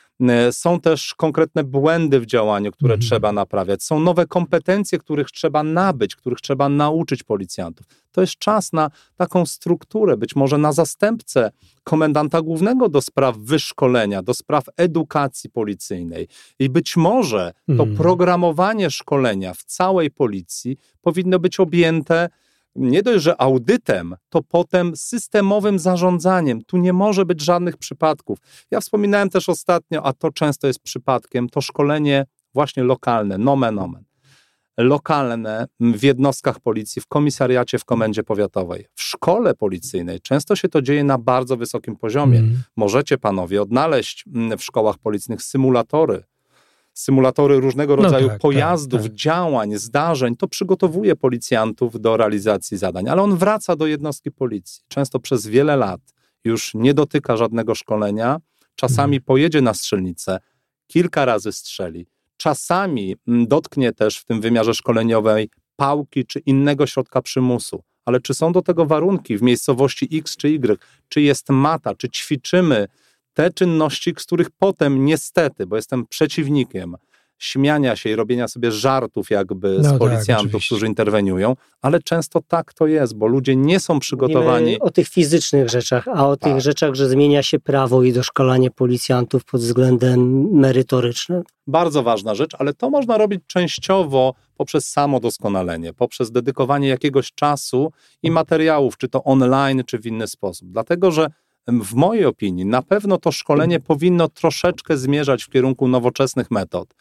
Są też konkretne błędy w działaniu, które Mhm. trzeba naprawiać. Są nowe kompetencje, których trzeba nabyć, których trzeba nauczyć policjantów. To jest czas na taką strukturę, być może na zastępcę komendanta głównego do spraw wyszkolenia, do spraw edukacji policyjnej. I być może to Mhm. programowanie szkolenia w całej policji powinno być objęte nie dość, że audytem, to potem systemowym zarządzaniem. Tu nie może być żadnych przypadków. Ja wspominałem też ostatnio, a to często jest przypadkiem, to szkolenie właśnie lokalne, nomen omen. Lokalne w jednostkach policji, w komisariacie, w komendzie powiatowej. W szkole policyjnej często się to dzieje na bardzo wysokim poziomie. Mhm. Możecie panowie odnaleźć w szkołach policyjnych symulatory, symulatory różnego No rodzaju tak, pojazdów, tak, tak. działań, zdarzeń, to przygotowuje policjantów do realizacji zadań, ale on wraca do jednostki policji. Często przez wiele lat już nie dotyka żadnego szkolenia, czasami Mhm. pojedzie na strzelnicę, kilka razy strzeli, czasami dotknie też w tym wymiarze szkoleniowej pałki czy innego środka przymusu. Ale czy są do tego warunki w miejscowości X czy Y? Czy jest mata? Czy ćwiczymy te czynności, z których potem niestety, bo jestem przeciwnikiem śmiania się i robienia sobie żartów jakby No z tak, policjantów, oczywiście. którzy interweniują, ale często tak to jest, bo ludzie nie są przygotowani. Mówimy o tych fizycznych rzeczach, a o Tak. tych rzeczach, że zmienia się prawo i doszkalanie policjantów pod względem merytorycznym. Bardzo ważna rzecz, ale to można robić częściowo poprzez samodoskonalenie, poprzez dedykowanie jakiegoś czasu i materiałów, czy to online, czy w inny sposób. Dlatego, że w mojej opinii na pewno to szkolenie powinno troszeczkę zmierzać w kierunku nowoczesnych metod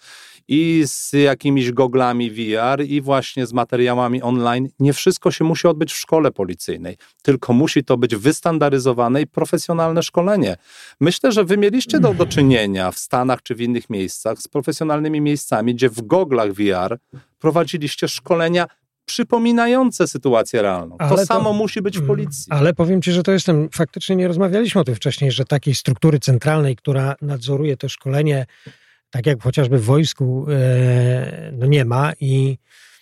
i z jakimiś goglami V R i właśnie z materiałami online. Nie wszystko się musi odbyć w szkole policyjnej, tylko musi to być wystandaryzowane i profesjonalne szkolenie. Myślę, że wy mieliście do, do czynienia w Stanach czy w innych miejscach z profesjonalnymi miejscami, gdzie w goglach V R prowadziliście szkolenia przypominające sytuację realną. To, Ale to- samo musi być w policji. Ale powiem ci, że to jestem, faktycznie nie rozmawialiśmy o tym wcześniej, że takiej struktury centralnej, która nadzoruje to szkolenie, tak jak chociażby w wojsku, e, no nie ma i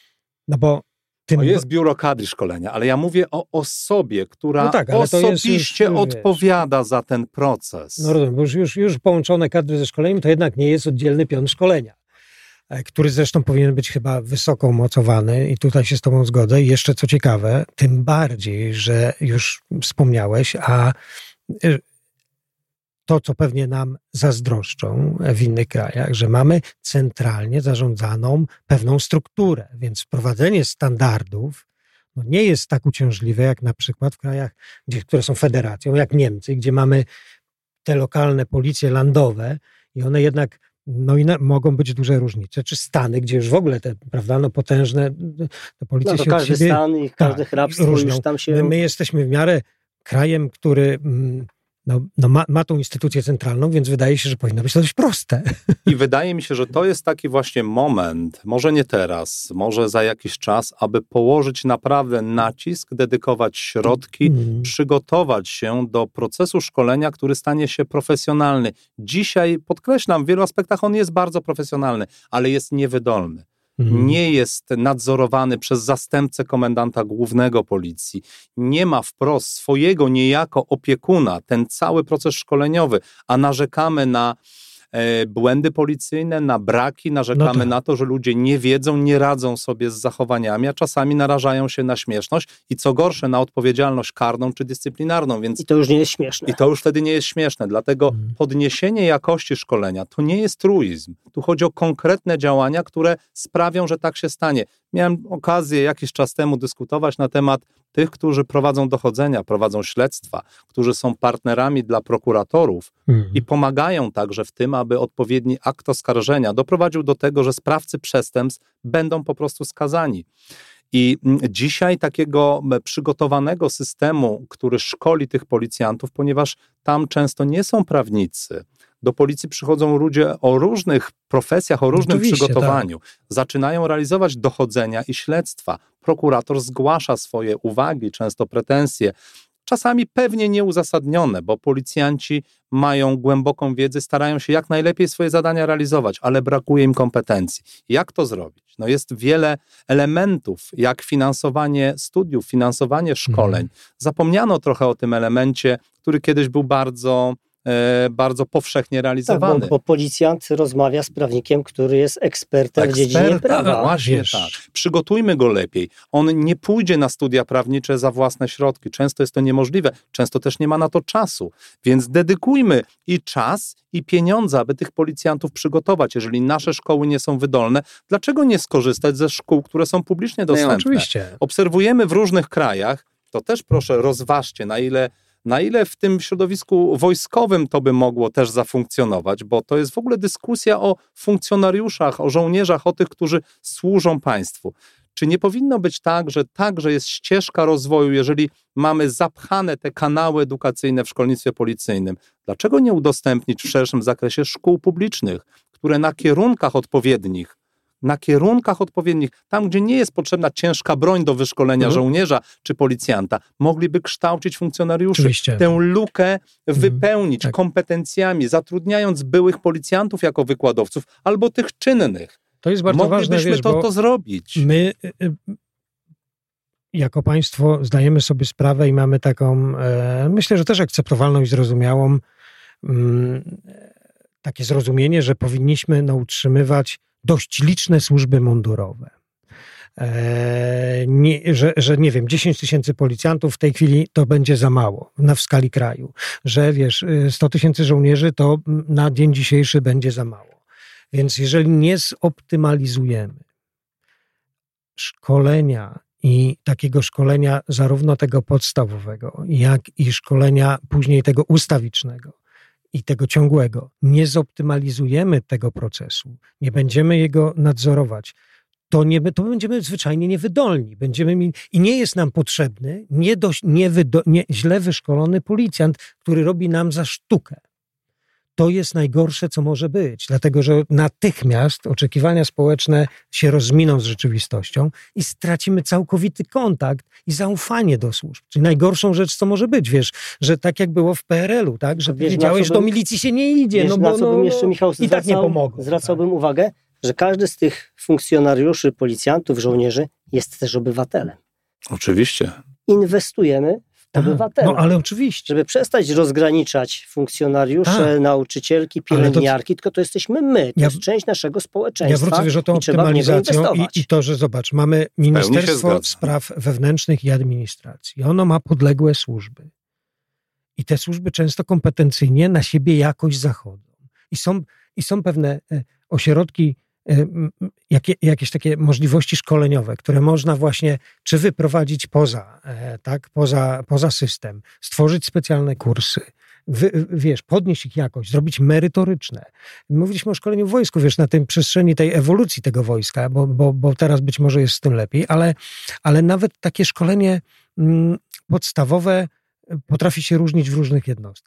no bo tym... To jest biuro kadry szkolenia, ale ja mówię o osobie, która No tak, ale to jest osobiście już- już odpowiada za ten proces. No rozumiem, bo już, już, już połączone kadry ze szkoleniem to jednak nie jest oddzielny pion szkolenia, e, który zresztą powinien być chyba wysoko umocowany i tutaj się z tobą zgodzę. I jeszcze co ciekawe, tym bardziej, że już wspomniałeś, a e, to, co pewnie nam zazdroszczą w innych krajach, że mamy centralnie zarządzaną pewną strukturę, więc wprowadzenie standardów no nie jest tak uciążliwe jak na przykład w krajach, gdzie, które są federacją, jak Niemcy, gdzie mamy te lokalne policje landowe i one jednak no i na, mogą być duże różnice, czy Stany, gdzie już w ogóle te, prawda, no potężne te policje No to się od każdy siebie, stan i każde tak, hrabstwo różnią. już tam się... My, my jesteśmy w miarę krajem, który mm, no, no ma, ma tą instytucję centralną, więc wydaje się, że powinno być to dość proste. I wydaje mi się, że to jest taki właśnie moment, może nie teraz, może za jakiś czas, aby położyć naprawdę nacisk, dedykować środki, mm. przygotować się do procesu szkolenia, który stanie się profesjonalny. Dzisiaj, podkreślam, w wielu aspektach on jest bardzo profesjonalny, ale jest niewydolny. Mhm. Nie jest nadzorowany przez zastępcę komendanta głównego policji. Nie ma wprost swojego niejako opiekuna, ten cały proces szkoleniowy, a narzekamy na e, błędy policyjne, na braki, narzekamy no tak. na to, że ludzie nie wiedzą, nie radzą sobie z zachowaniami, a czasami narażają się na śmieszność i co gorsze, na odpowiedzialność karną czy dyscyplinarną. Więc I to już nie jest śmieszne. I to już wtedy nie jest śmieszne, dlatego hmm. podniesienie jakości szkolenia to nie jest truizm. Tu chodzi o konkretne działania, które sprawią, że tak się stanie. Miałem okazję jakiś czas temu dyskutować na temat tych, którzy prowadzą dochodzenia, prowadzą śledztwa, którzy są partnerami dla prokuratorów hmm. i pomagają także w tym, aby odpowiedni akt oskarżenia doprowadził do tego, że sprawcy przestępstw będą po prostu skazani. I dzisiaj takiego przygotowanego systemu, który szkoli tych policjantów, ponieważ tam często nie są prawnicy, do policji przychodzą ludzie o różnych profesjach, o różnym Oczywiście, przygotowaniu. Tak. Zaczynają realizować dochodzenia i śledztwa. Prokurator zgłasza swoje uwagi, często pretensje, czasami pewnie nieuzasadnione, bo policjanci mają głęboką wiedzę, starają się jak najlepiej swoje zadania realizować, ale brakuje im kompetencji. Jak to zrobić? No jest wiele elementów, jak finansowanie studiów, finansowanie szkoleń. Hmm. Zapomniano trochę o tym elemencie, który kiedyś był bardzo... bardzo powszechnie realizowany. Tak, bo, bo policjant rozmawia z prawnikiem, który jest ekspertem Ekspert, w dziedzinie prawa. Właśnie Wiesz. tak. Przygotujmy go lepiej. On nie pójdzie na studia prawnicze za własne środki. Często jest to niemożliwe. Często też nie ma na to czasu. Więc dedykujmy i czas, i pieniądze, aby tych policjantów przygotować. Jeżeli nasze szkoły nie są wydolne, dlaczego nie skorzystać ze szkół, które są publicznie dostępne? No, oczywiście. Obserwujemy w różnych krajach, to też proszę rozważcie, na ile Na ile w tym środowisku wojskowym to by mogło też zafunkcjonować, bo to jest w ogóle dyskusja o funkcjonariuszach, o żołnierzach, o tych, którzy służą państwu. Czy nie powinno być tak, że także jest ścieżka rozwoju, jeżeli mamy zapchane te kanały edukacyjne w szkolnictwie policyjnym? Dlaczego nie udostępnić w szerszym zakresie szkół publicznych, które na kierunkach odpowiednich na kierunkach odpowiednich, tam gdzie nie jest potrzebna ciężka broń do wyszkolenia mhm. żołnierza czy policjanta, mogliby kształcić funkcjonariuszy. Oczywiście. Tę lukę wypełnić mhm. tak. kompetencjami, zatrudniając byłych policjantów jako wykładowców albo tych czynnych. To jest bardzo Moglibyśmy ważne, wiesz, to, bo to zrobić. My jako państwo zdajemy sobie sprawę i mamy taką, e, myślę, że też akceptowalną i zrozumiałą mm, takie zrozumienie, że powinniśmy no, utrzymywać dość liczne służby mundurowe. E, nie, że, że nie wiem, dziesięć tysięcy policjantów w tej chwili to będzie za mało na w skali kraju. Że wiesz, sto tysięcy żołnierzy to na dzień dzisiejszy będzie za mało. Więc jeżeli nie zoptymalizujemy szkolenia i takiego szkolenia zarówno tego podstawowego, jak i szkolenia później tego ustawicznego, i tego ciągłego, nie zoptymalizujemy tego procesu, nie będziemy jego nadzorować, to, nie, to będziemy zwyczajnie niewydolni. Będziemy mi, I nie jest nam potrzebny nie dość, niewydo, nie, źle wyszkolony policjant, który robi nam za sztukę. To jest najgorsze, co może być, dlatego że natychmiast oczekiwania społeczne się rozminą z rzeczywistością i stracimy całkowity kontakt i zaufanie do służb. Czyli najgorszą rzecz, co może być, wiesz, że tak jak było w P R L u, tak, że wiesz, wiedziałeś, że do milicji się nie idzie, wiesz, no bo na co no, bym jeszcze, Michał, i zwracał, tak nie pomogło. Zwracałbym tak. uwagę, że każdy z tych funkcjonariuszy, policjantów, żołnierzy jest też obywatelem. Oczywiście. Inwestujemy obywatela. No ale oczywiście. Żeby przestać rozgraniczać funkcjonariusze, A. nauczycielki, pielęgniarki, to, tylko to jesteśmy my. To ja, jest część naszego społeczeństwa. Ja wrócę, wiesz, o tą optymalizacją i, i to, że zobacz, mamy Ministerstwo Spraw Wewnętrznych i Administracji. Ono ma podległe służby. I te służby często kompetencyjnie na siebie jakoś zachodzą. I są, i są pewne ośrodki, Jakie, jakieś takie możliwości szkoleniowe, które można właśnie czy wyprowadzić poza, tak, poza, poza system, stworzyć specjalne kursy, wy, wiesz, podnieść ich jakość, zrobić merytoryczne. Mówiliśmy o szkoleniu w wojsku, wiesz, na tej przestrzeni tej ewolucji tego wojska, bo, bo, bo teraz być może jest z tym lepiej, ale, ale nawet takie szkolenie mm, podstawowe potrafi się różnić w różnych jednostkach.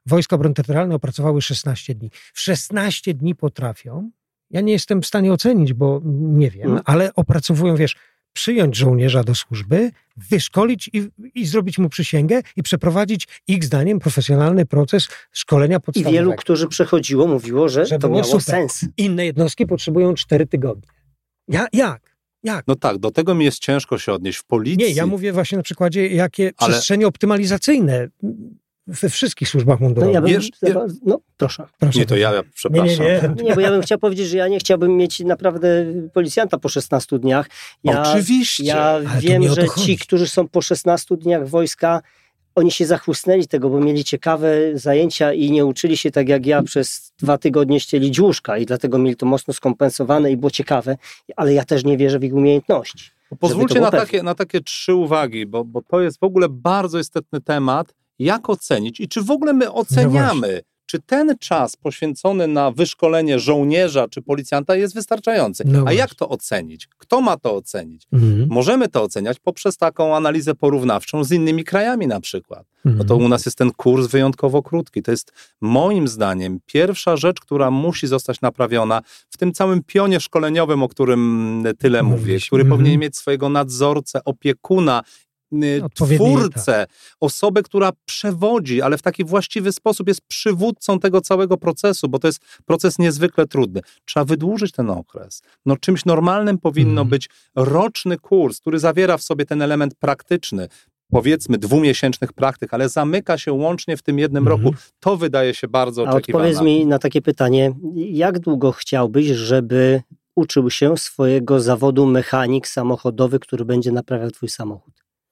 Wojska Obrony Terytorialnej opracowały szesnaście dni. W szesnaście dni potrafią, ja nie jestem w stanie ocenić, bo nie wiem, hmm. ale opracowują, wiesz, przyjąć żołnierza do służby, wyszkolić i, i zrobić mu przysięgę i przeprowadzić ich zdaniem profesjonalny proces szkolenia podstawowego. I wielu, którzy przechodziło, mówiło, że, że to miało super. sens. Inne jednostki potrzebują cztery tygodnie. Ja, jak? Jak? No tak, do tego mi jest ciężko się odnieść. W policji... Nie, ja mówię właśnie na przykładzie, jakie ale... przestrzenie optymalizacyjne we wszystkich służbach mundurowych. No, ja bym, Wiesz, no proszę. proszę. Nie, to ja, ja przepraszam. Nie, nie, nie. nie, bo ja bym chciał powiedzieć, że ja nie chciałbym mieć naprawdę policjanta po szesnastu dniach. Ja, Oczywiście. Ja ale wiem, że ci, którzy są po szesnastu dniach wojska, oni się zachłysnęli tego, bo mieli ciekawe zajęcia i nie uczyli się tak jak ja przez dwa tygodnie ścielić łóżka i dlatego mieli to mocno skompensowane i było ciekawe, ale ja też nie wierzę w ich umiejętności. Pozwólcie na takie, na takie trzy uwagi, bo, bo to jest w ogóle bardzo istotny temat. Jak ocenić i czy w ogóle my oceniamy, no czy ten czas poświęcony na wyszkolenie żołnierza czy policjanta jest wystarczający? No A właśnie. Jak to ocenić? Kto ma to ocenić? Mhm. Możemy to oceniać poprzez taką analizę porównawczą z innymi krajami na przykład. Mhm. No to u nas jest ten kurs wyjątkowo krótki. To jest moim zdaniem pierwsza rzecz, która musi zostać naprawiona w tym całym pionie szkoleniowym, o którym tyle Mówisz. mówię, który mhm. powinien mieć swojego nadzorcę, opiekuna, twórcę, tak. osobę, która przewodzi, ale w taki właściwy sposób jest przywódcą tego całego procesu, bo to jest proces niezwykle trudny. Trzeba wydłużyć ten okres. No, czymś normalnym powinno mm. być roczny kurs, który zawiera w sobie ten element praktyczny, powiedzmy dwumiesięcznych praktyk, ale zamyka się łącznie w tym jednym mm. roku. To wydaje się bardzo A oczekiwane. Odpowiedz mi na takie pytanie, jak długo chciałbyś, żeby uczył się swojego zawodu mechanik samochodowy, który będzie naprawiał twój samochód?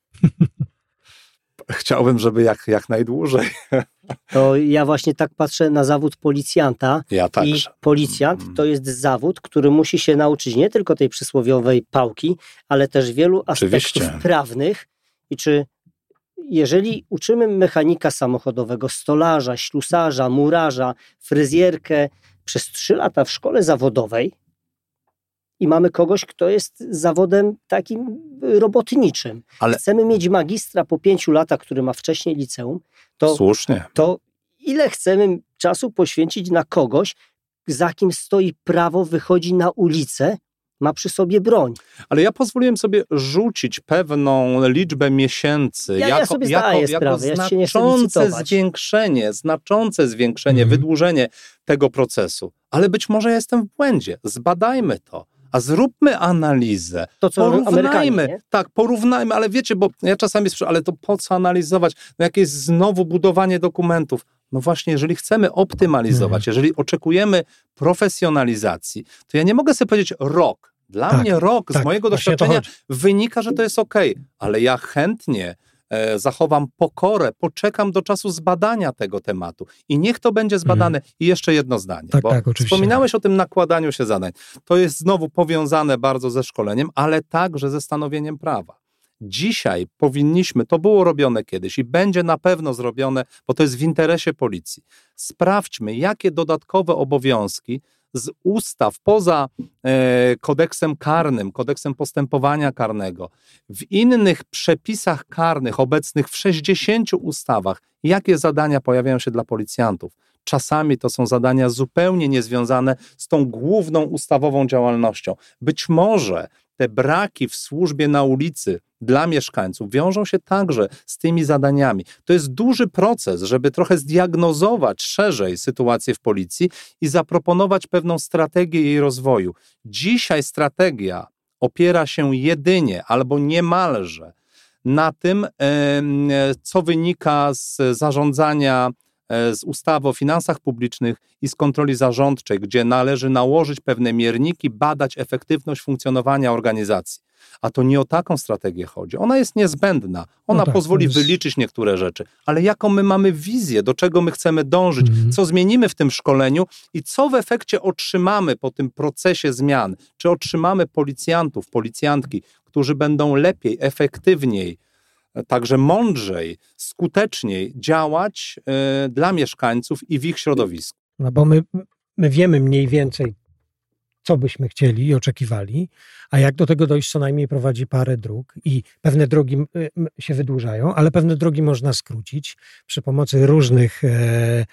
Chciałbym, żeby jak, jak najdłużej. To ja właśnie tak patrzę na zawód policjanta. Ja także. I policjant to jest zawód, który musi się nauczyć nie tylko tej przysłowiowej pałki, ale też wielu aspektów Oczywiście. prawnych. I czy jeżeli uczymy mechanika samochodowego, stolarza, ślusarza, murarza, fryzjerkę przez trzy lata w szkole zawodowej, i mamy kogoś, kto jest zawodem takim robotniczym. Ale... Chcemy mieć magistra po pięciu latach, który ma wcześniej liceum, to, Słusznie. to ile chcemy czasu poświęcić na kogoś, za kim stoi prawo, wychodzi na ulicę, ma przy sobie broń. Ale ja pozwoliłem sobie rzucić pewną liczbę miesięcy ja, jako, ja sobie jako, jako sprawę. Ja znaczące zwiększenie, znaczące zwiększenie, mm. wydłużenie tego procesu. Ale być może ja jestem w błędzie. Zbadajmy to. A zróbmy analizę, to, co porównajmy, tak, porównajmy, ale wiecie, bo ja czasami słyszę, ale to po co analizować, no jakieś znowu budowanie dokumentów. No właśnie, jeżeli chcemy optymalizować, hmm. jeżeli oczekujemy profesjonalizacji, to ja nie mogę sobie powiedzieć rok. Dla tak, mnie rok tak, z mojego doświadczenia wynika, że to jest okej, okay, ale ja chętnie e, zachowam pokorę, poczekam do czasu zbadania tego tematu i niech to będzie zbadane. Hmm. I jeszcze jedno zdanie, tak, bo tak, wspominałeś o tym nakładaniu się zadań. To jest znowu powiązane bardzo ze szkoleniem, ale także ze stanowieniem prawa. Dzisiaj powinniśmy, to było robione kiedyś i będzie na pewno zrobione, bo to jest w interesie policji. Sprawdźmy, jakie dodatkowe obowiązki z ustaw poza e, kodeksem karnym, kodeksem postępowania karnego, w innych przepisach karnych obecnych w sześćdziesięciu ustawach, jakie zadania pojawiają się dla policjantów. Czasami to są zadania zupełnie niezwiązane z tą główną ustawową działalnością. Być może te braki w służbie na ulicy dla mieszkańców wiążą się także z tymi zadaniami. To jest duży proces, żeby trochę zdiagnozować szerzej sytuację w policji i zaproponować pewną strategię jej rozwoju. Dzisiaj strategia opiera się jedynie albo niemalże na tym, co wynika z zarządzania, z ustawy o finansach publicznych i z kontroli zarządczej, gdzie należy nałożyć pewne mierniki, badać efektywność funkcjonowania organizacji. A to nie o taką strategię chodzi. Ona jest niezbędna. Ona no tak, pozwoli jest... wyliczyć niektóre rzeczy. Ale jaką my mamy wizję, do czego my chcemy dążyć, mm. co zmienimy w tym szkoleniu i co w efekcie otrzymamy po tym procesie zmian? Czy otrzymamy policjantów, policjantki, którzy będą lepiej, efektywniej, także mądrzej, skuteczniej działać y, dla mieszkańców i w ich środowisku. No bo my, my wiemy mniej więcej, co byśmy chcieli i oczekiwali, a jak do tego dojść, co najmniej prowadzi parę dróg i pewne drogi się wydłużają, ale pewne drogi można skrócić przy pomocy różnych e,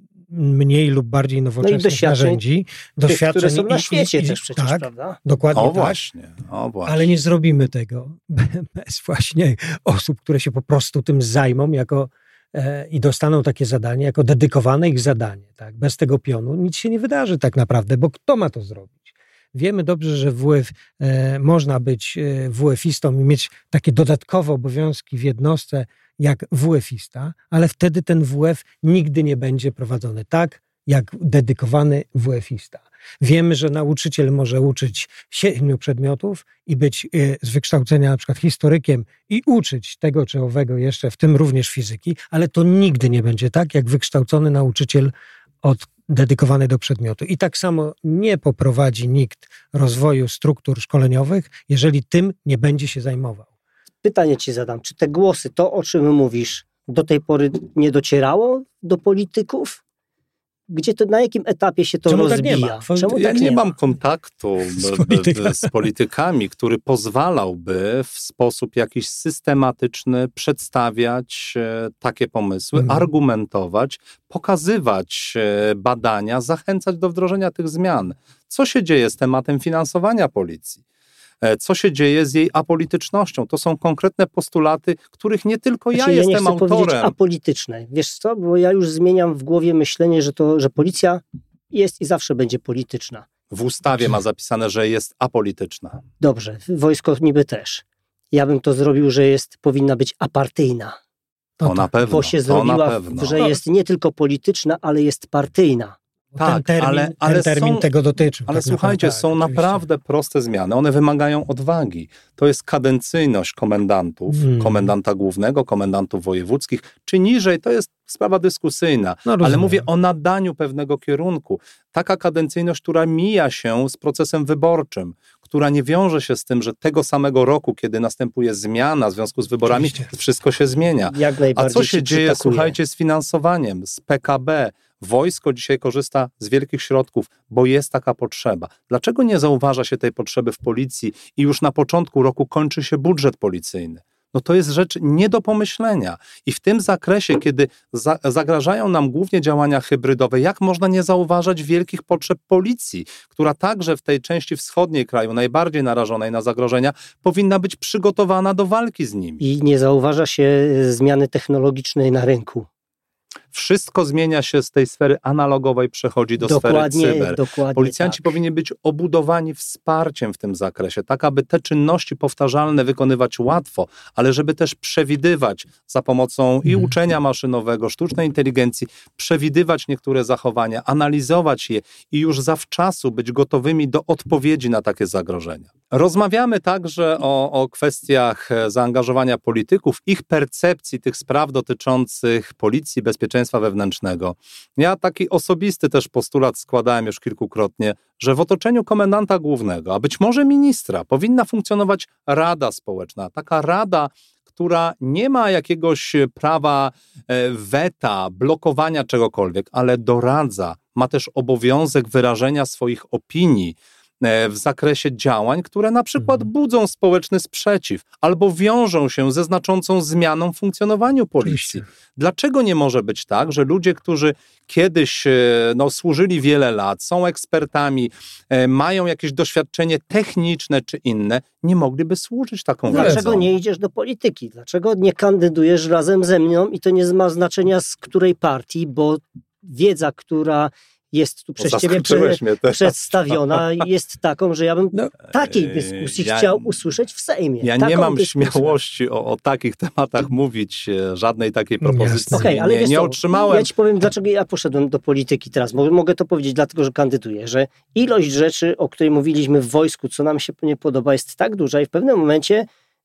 mniej lub bardziej nowoczesnych no i doświadczeń, narzędzi. Tych, doświadczeń, które są na świecie i, i, też przecież, tak, prawda? Dokładnie o tak. Właśnie, o właśnie. Ale nie zrobimy tego bez właśnie osób, które się po prostu tym zajmą jako e, i dostaną takie zadanie, jako dedykowane ich zadanie. Tak? Bez tego pionu nic się nie wydarzy tak naprawdę, bo kto ma to zrobić? Wiemy dobrze, że W F, e, można być W F-istą i mieć takie dodatkowe obowiązki w jednostce jak W F-ista, ale wtedy ten W F nigdy nie będzie prowadzony tak, jak dedykowany W F-ista. Wiemy, że nauczyciel może uczyć siedmiu przedmiotów i być y, z wykształcenia na przykład historykiem i uczyć tego czy owego jeszcze, w tym również fizyki, ale to nigdy nie będzie tak, jak wykształcony nauczyciel od dedykowany do przedmiotu. I tak samo nie poprowadzi nikt rozwoju struktur szkoleniowych, jeżeli tym nie będzie się zajmował. Pytanie ci zadam, czy te głosy, to o czym mówisz, do tej pory nie docierało do polityków? Gdzie to, na jakim etapie się to Czemu rozbija? tak nie ma? Czemu ja tak nie, nie mam ma? kontaktu Z b, politykami. b, z politykami, który pozwalałby w sposób jakiś systematyczny przedstawiać e, takie pomysły, Mhm. argumentować, pokazywać e, badania, zachęcać do wdrożenia tych zmian. Co się dzieje z tematem finansowania policji? Co się dzieje z jej apolitycznością? To są konkretne postulaty, których nie tylko ja Znaczy, jestem ja nie chcę autorem. powiedzieć apolityczne. Wiesz co, bo ja już zmieniam w głowie myślenie, że, to, że policja jest i zawsze będzie polityczna. W ustawie ma zapisane, że jest apolityczna. Dobrze, wojsko niby też. Ja bym to zrobił, że jest, powinna być apartyjna. To No na tak, pewno. Bo się to zrobiła, na pewno. że jest nie tylko polityczna, ale jest partyjna. Tak, ten termin, ale- ale ten termin są- tego dotyczy. Ale tak słuchajcie, naprawdę, są tak, oczywiście. naprawdę proste zmiany. One wymagają odwagi. To jest kadencyjność komendantów, Hmm. komendanta głównego, komendantów wojewódzkich, czy niżej, to jest sprawa dyskusyjna. No, Ale rozumiem. mówię o nadaniu pewnego kierunku. Taka kadencyjność, która mija się z procesem wyborczym, która nie wiąże się z tym, że tego samego roku, kiedy następuje zmiana w związku z wyborami, Oczywiście. wszystko się zmienia. Jak A najbardziej co się ci dzieje, przytakuje. słuchajcie, z finansowaniem, z P K B? Wojsko dzisiaj korzysta z wielkich środków, bo jest taka potrzeba. Dlaczego nie zauważa się tej potrzeby w policji i już na początku roku kończy się budżet policyjny? No to jest rzecz nie do pomyślenia. I w tym zakresie, kiedy za, zagrażają nam głównie działania hybrydowe, jak można nie zauważać wielkich potrzeb policji, która także w tej części wschodniej kraju, najbardziej narażonej na zagrożenia, powinna być przygotowana do walki z nimi. I nie zauważa się zmiany technologicznej na rynku. Wszystko zmienia się z tej sfery analogowej, przechodzi do dokładnie, sfery cyber. Dokładnie Policjanci tak. powinni być obudowani wsparciem w tym zakresie, tak aby te czynności powtarzalne wykonywać łatwo, ale żeby też przewidywać za pomocą i Mhm. uczenia maszynowego, sztucznej inteligencji, przewidywać niektóre zachowania, analizować je i już zawczasu być gotowymi do odpowiedzi na takie zagrożenia. Rozmawiamy także o, o kwestiach zaangażowania polityków, ich percepcji tych spraw dotyczących policji, bezpieczeństwa wewnętrznego. Ja taki osobisty też postulat składałem już kilkukrotnie, że w otoczeniu komendanta głównego, a być może ministra, powinna funkcjonować rada społeczna. Taka rada, która nie ma jakiegoś prawa e, weta, blokowania czegokolwiek, ale doradza, ma też obowiązek wyrażenia swoich opinii w zakresie działań, które na przykład Mhm. budzą społeczny sprzeciw albo wiążą się ze znaczącą zmianą w funkcjonowaniu policji. Oczywiście. Dlaczego nie może być tak, że ludzie, którzy kiedyś e, no, służyli wiele lat, są ekspertami, e, mają jakieś doświadczenie techniczne czy inne, nie mogliby służyć taką Dlaczego Dlaczego wiedzą? nie idziesz do polityki? Dlaczego nie kandydujesz razem ze mną i to nie ma znaczenia z której partii, bo wiedza, która jest tu przez ciebie prze, Zaskoczyłeś mnie teraz. przedstawiona, jest taką, że ja bym No, takiej Eee, dyskusji ja- chciał usłyszeć w Sejmie. Ja Taką nie mam dyskusję. śmiałości o, o takich tematach mówić, e, żadnej takiej No propozycji jasne. Okej, ale nie, wiesz nie co, otrzymałem. Ja ci powiem, dlaczego ja poszedłem do polityki teraz. Mo- Mogę to powiedzieć dlatego, że kandyduję, że ilość rzeczy, o której mówiliśmy w wojsku, co nam się nie podoba, jest tak duża i w pewnym momencie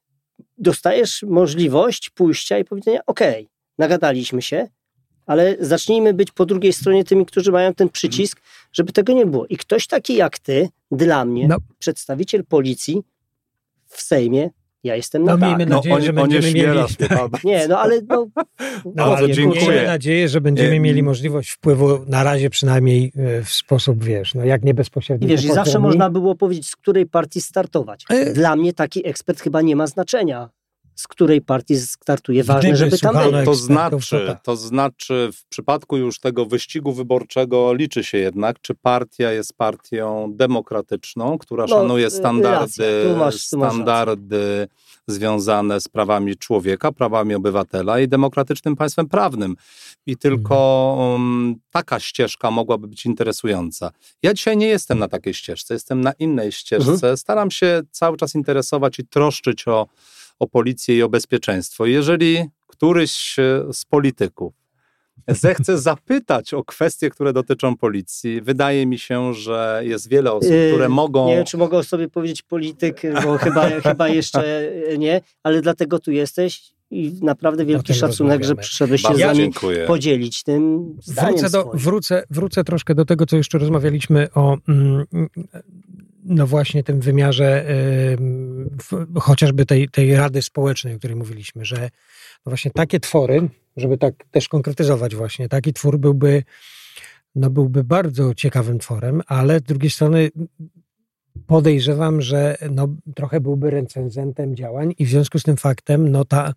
dostajesz możliwość pójścia i powiedzenia, okej, nagadaliśmy się, ale zacznijmy być po drugiej stronie tymi, którzy mają ten przycisk, żeby tego nie było. I ktoś taki jak ty, dla mnie, No. przedstawiciel policji w Sejmie, Ja jestem na No tak. miejmy nadzieję, no, że on, on będziemy nie mieli... Nie, no ale... No, No, ale dziękuję. miejmy nadzieję, że będziemy mieli możliwość wpływu na razie przynajmniej w sposób, wiesz, no jak nie bezpośredni. I wiesz, i zawsze pośredni. można było powiedzieć, z której partii startować. E- Dla mnie taki ekspert chyba nie ma znaczenia, z której partii startuje. Ważne, Gdyby żeby tam słuchano był. To ekspertów, znaczy, to tak. to znaczy w przypadku już tego wyścigu wyborczego liczy się jednak, czy partia jest partią demokratyczną, która No, szanuje racja, standardy, tu masz- tu masz standardy związane z prawami człowieka, prawami obywatela i demokratycznym państwem prawnym. I tylko um, taka ścieżka mogłaby być interesująca. Ja dzisiaj nie jestem na takiej ścieżce, jestem na innej ścieżce. Mhm. Staram się cały czas interesować i troszczyć o o policję i o bezpieczeństwo. Jeżeli któryś z polityków zechce zapytać o kwestie, które dotyczą policji, wydaje mi się, że jest wiele osób, które Yy, mogą... Nie wiem, czy mogę sobie powiedzieć polityk, bo chyba, chyba jeszcze nie, ale dlatego tu jesteś i naprawdę wielki tym szacunek, że rozmawiamy. przyszedłeś się Bardzo z nami dziękuję. podzielić tym zdaniem Wrócę, do, swoim. wrócę, wrócę troszkę do tego, co jeszcze rozmawialiśmy o mm, no właśnie tym wymiarze y, w, chociażby tej, tej Rady Społecznej, o której mówiliśmy, że no właśnie takie twory, żeby tak też konkretyzować właśnie, taki twór byłby, no byłby bardzo ciekawym tworem, ale z drugiej strony podejrzewam, że no trochę byłby recenzentem działań i w związku z tym faktem, no ta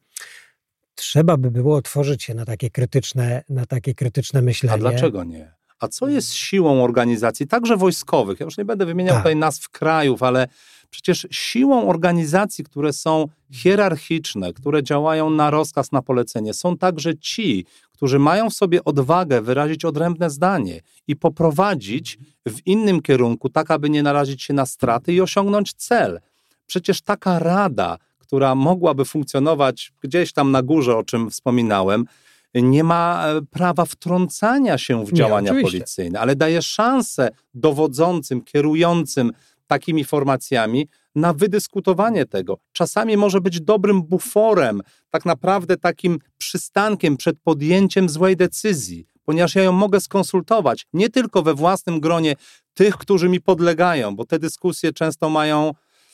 trzeba by było otworzyć się na takie krytyczne, na takie krytyczne myślenie. A dlaczego nie? A co jest siłą organizacji, także wojskowych? Ja już nie będę wymieniał Tak. tutaj nazw krajów, ale przecież siłą organizacji, które są hierarchiczne, które działają na rozkaz, na polecenie, są także ci, którzy mają w sobie odwagę wyrazić odrębne zdanie i poprowadzić w innym kierunku, tak aby nie narazić się na straty i osiągnąć cel. Przecież taka rada, która mogłaby funkcjonować gdzieś tam na górze, o czym wspominałem, nie ma prawa wtrącania się w Nie, działania oczywiście. policyjne, ale daje szansę dowodzącym, kierującym takimi formacjami na wydyskutowanie tego. Czasami może być dobrym buforem, tak naprawdę takim przystankiem przed podjęciem złej decyzji, ponieważ ja ją mogę skonsultować nie tylko we własnym gronie tych, którzy mi podlegają, bo te dyskusje często mają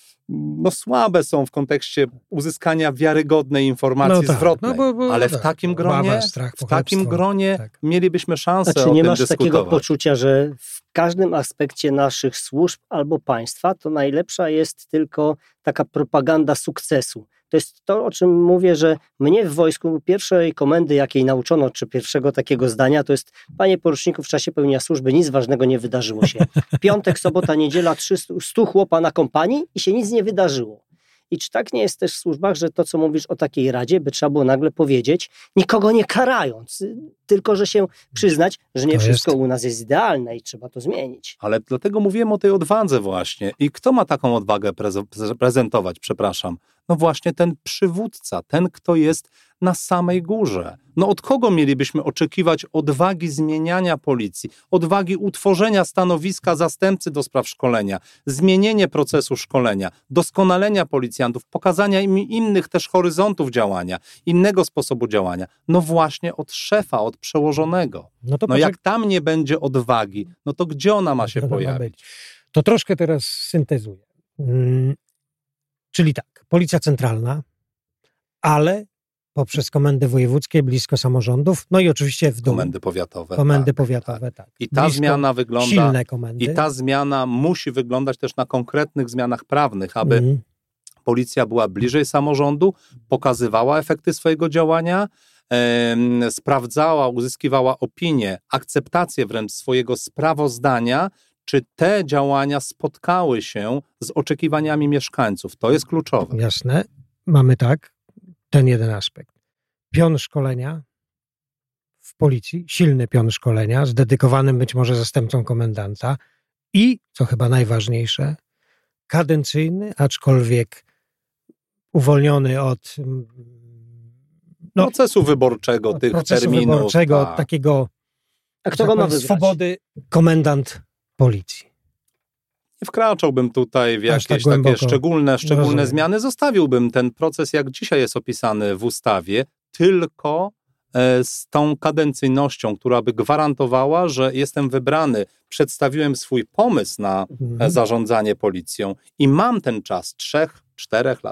no słabe są w kontekście uzyskania wiarygodnej informacji No tak, zwrotnej, no bo- bo ale w tak, takim gronie, obawa, strach, w takim pochlebstwo, gronie tak. mielibyśmy szansę Znaczy, o nie tym masz dyskutować. takiego poczucia, że w każdym aspekcie naszych służb albo państwa to najlepsza jest tylko taka propaganda sukcesu. To jest to, o czym mówię, że mnie w wojsku pierwszej komendy, jakiej nauczono, czy pierwszego takiego zdania, to jest: panie poruczniku, w czasie pełnienia służby nic ważnego nie wydarzyło się. Piątek, sobota, niedziela, trzystu, stu chłopa na kompanii i się nic nie wydarzyło. I czy tak nie jest też w służbach, że to, co mówisz o takiej radzie, by trzeba było nagle powiedzieć, nikogo nie karając, tylko że się przyznać, że nie To wszystko jest. u nas jest idealne i trzeba to zmienić. Ale dlatego mówiłem o tej odwadze właśnie. I kto ma taką odwagę preze- prezentować, przepraszam? No właśnie ten przywódca, ten, kto jest na samej górze. No od kogo mielibyśmy oczekiwać odwagi zmieniania policji, odwagi utworzenia stanowiska zastępcy do spraw szkolenia, zmienienie procesu szkolenia, doskonalenia policjantów, pokazania im innych też horyzontów działania, innego sposobu działania? No właśnie od szefa, od przełożonego. No to No poczek- jak tam nie będzie odwagi, no to gdzie ona ma się Ona ma pojawić? być. To troszkę teraz syntezuję. Mm, czyli tak, Policja Centralna, ale poprzez komendy wojewódzkie, blisko samorządów, no i oczywiście w dół. Komendy powiatowe. Komendy tak, powiatowe, tak. I ta Blisko, zmiana wygląda... silne komendy. I ta zmiana musi wyglądać też na konkretnych zmianach prawnych, aby Mhm. policja była bliżej samorządu, pokazywała efekty swojego działania, em, sprawdzała, uzyskiwała opinię, akceptację wręcz swojego sprawozdania, czy te działania spotkały się z oczekiwaniami mieszkańców. To jest kluczowe. Jasne. Mamy tak, ten jeden aspekt. Pion szkolenia w policji, silny pion szkolenia, z dedykowanym być może zastępcą komendanta i, co chyba najważniejsze, kadencyjny, aczkolwiek uwolniony od, mm, no, Procesu wyborczego, od tych procesu terminów. wyborczego, tak. od takiego A kto tak go ma powiem, wybrać? swobody, komendant policji. Nie wkraczałbym tutaj w Aż jakieś tak takie głęboko. szczególne, szczególne Rozumiem. zmiany. Zostawiłbym ten proces, jak dzisiaj jest opisany w ustawie, tylko e, z tą kadencyjnością, która by gwarantowała, że jestem wybrany, przedstawiłem swój pomysł na Mhm. e, zarządzanie policją i mam ten czas trzech, czterech lat.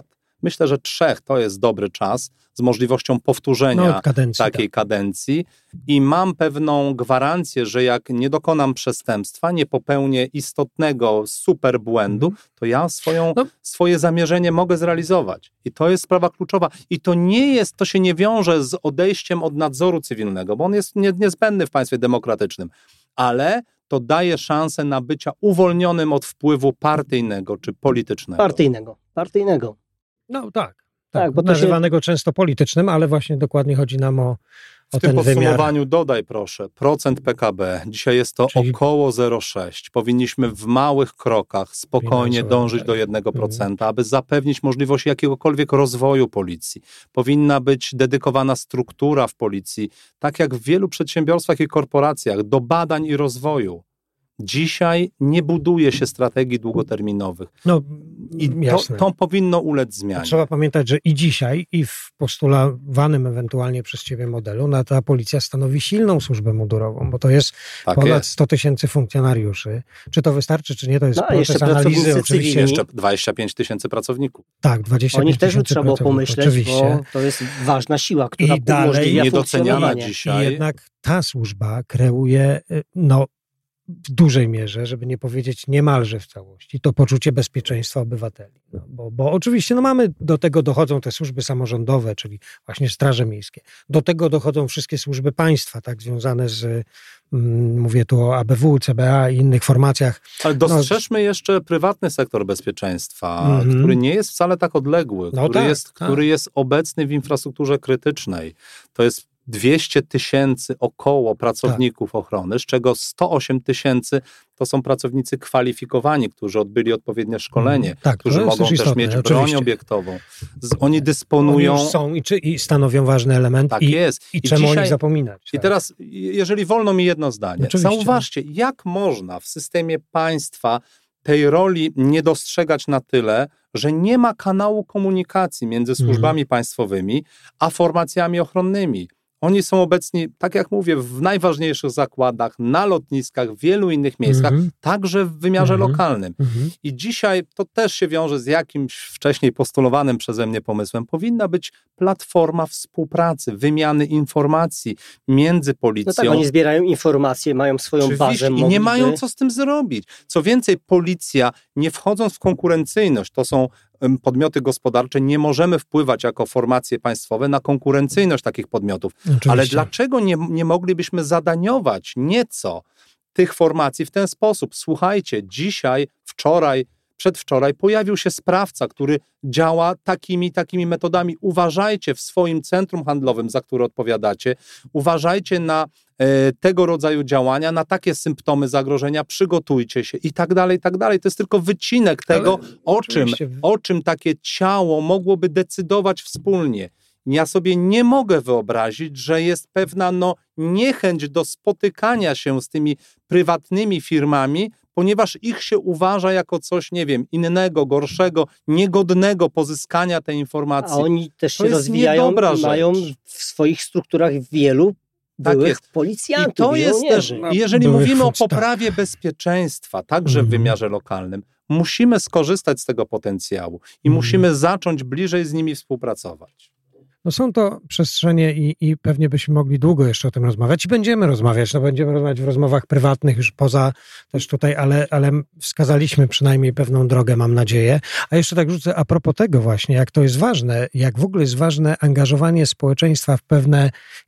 Myślę, że trzech to jest dobry czas z możliwością powtórzenia no, kadencji, takiej tak. kadencji i mam pewną gwarancję, że jak nie dokonam przestępstwa, nie popełnię istotnego super błędu, mm. to ja swoją, no. swoje zamierzenie mogę zrealizować. I to jest sprawa kluczowa. I to nie jest, to się nie wiąże z odejściem od nadzoru cywilnego, bo on jest nie, niezbędny w państwie demokratycznym, ale to daje szansę na bycia uwolnionym od wpływu partyjnego czy politycznego. Partyjnego. Partyjnego. No tak. Tak, tak bo to nazywanego się... często politycznym, ale właśnie dokładnie chodzi nam o, o w tym ten podsumowaniu wymiar. dodaj proszę, procent P K B, dzisiaj jest to Czyli... około zero przecinek sześć. Powinniśmy w małych krokach spokojnie Finansowo, dążyć tak. do jednego procenta, aby zapewnić możliwość jakiegokolwiek rozwoju policji. Powinna być dedykowana struktura w policji, tak jak w wielu przedsiębiorstwach i korporacjach, do badań i rozwoju. Dzisiaj nie buduje się strategii długoterminowych. No, I jasne. to, to powinno ulec zmianie. Trzeba pamiętać, że i dzisiaj, i w postulowanym ewentualnie przez ciebie modelu, no, ta policja stanowi silną służbę mundurową, bo to jest tak ponad jest. sto tysięcy funkcjonariuszy. Czy to wystarczy, czy nie, to jest no, proces analizy. Oczywiście jeszcze dwadzieścia pięć tysięcy pracowników. Tak, dwadzieścia pięć O nich też by trzeba było pomyśleć, oczywiście. bo to jest ważna siła, która I dalej umożliwia niedoceniana funkcjonowanie. dzisiaj. I jednak ta służba kreuje, no, w dużej mierze, żeby nie powiedzieć niemalże w całości, to poczucie bezpieczeństwa obywateli. No, bo, bo oczywiście no mamy, do tego dochodzą te służby samorządowe, czyli właśnie straże miejskie. Do tego dochodzą wszystkie służby państwa, tak, związane z, mm, mówię tu o A B W, C B A i innych formacjach. Ale dostrzeżmy no, jeszcze prywatny sektor bezpieczeństwa, mm-hmm. który nie jest wcale tak odległy, no który, tak, jest, tak. który jest obecny w infrastrukturze krytycznej. To jest dwieście tysięcy około pracowników tak. ochrony, z czego sto osiem tysięcy to są pracownicy kwalifikowani, którzy odbyli odpowiednie szkolenie, tak, którzy mogą też istotne, mieć oczywiście. broń obiektową. Z, oni dysponują... Oni już są i, czy, i stanowią ważny element tak i, jest. i, I czemu dzisiaj, o nich zapominać. I tak. teraz, jeżeli wolno mi jedno zdanie, oczywiście. Zauważcie, jak można w systemie państwa tej roli nie dostrzegać na tyle, że nie ma kanału komunikacji między służbami mm. państwowymi a formacjami ochronnymi. Oni są obecni, tak jak mówię, w najważniejszych zakładach, na lotniskach, w wielu innych miejscach, mm-hmm. także w wymiarze mm-hmm. lokalnym. Mm-hmm. I dzisiaj to też się wiąże z jakimś wcześniej postulowanym przeze mnie pomysłem. Powinna być platforma współpracy, wymiany informacji między policją. No tak, oni zbierają informacje, mają swoją Oczywiście, bazę. I mogliby... nie mają co z tym zrobić. Co więcej, policja, nie wchodząc w konkurencyjność, to są podmioty gospodarcze, nie możemy wpływać jako formacje państwowe na konkurencyjność takich podmiotów. Oczywiście. Ale dlaczego nie, nie moglibyśmy zadaniować nieco tych formacji w ten sposób? Słuchajcie, dzisiaj, wczoraj, przedwczoraj pojawił się sprawca, który działa takimi, takimi metodami. Uważajcie w swoim centrum handlowym, za które odpowiadacie, uważajcie na e, tego rodzaju działania, na takie symptomy zagrożenia, przygotujcie się i tak dalej, i tak dalej. To jest tylko wycinek tego, o czym, o czym takie ciało mogłoby decydować wspólnie. Ja sobie nie mogę wyobrazić, że jest pewna no, niechęć do spotykania się z tymi prywatnymi firmami, ponieważ ich się uważa jako coś, nie wiem, innego, gorszego, niegodnego pozyskania tej informacji. A oni też to się jest rozwijają, rzecz. mają w swoich strukturach wielu tak byłych jest. policjantów. I to jest też, jeżeli Byłych mówimy o tak. poprawie bezpieczeństwa, także mm. w wymiarze lokalnym, musimy skorzystać z tego potencjału i mm. musimy zacząć bliżej z nimi współpracować. No są to przestrzenie i, i pewnie byśmy mogli długo jeszcze o tym rozmawiać i będziemy rozmawiać, no będziemy rozmawiać w rozmowach prywatnych już poza też tutaj, ale, ale wskazaliśmy przynajmniej pewną drogę, mam nadzieję. A jeszcze tak rzucę a propos tego właśnie, jak to jest ważne, jak w ogóle jest ważne angażowanie społeczeństwa w pewne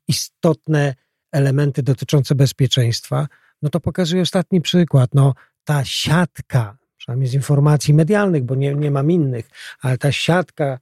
istotne elementy dotyczące bezpieczeństwa, no to pokazuje ostatni przykład, no ta siatka, przynajmniej z informacji medialnych, bo nie, nie mam innych, ale ta siatka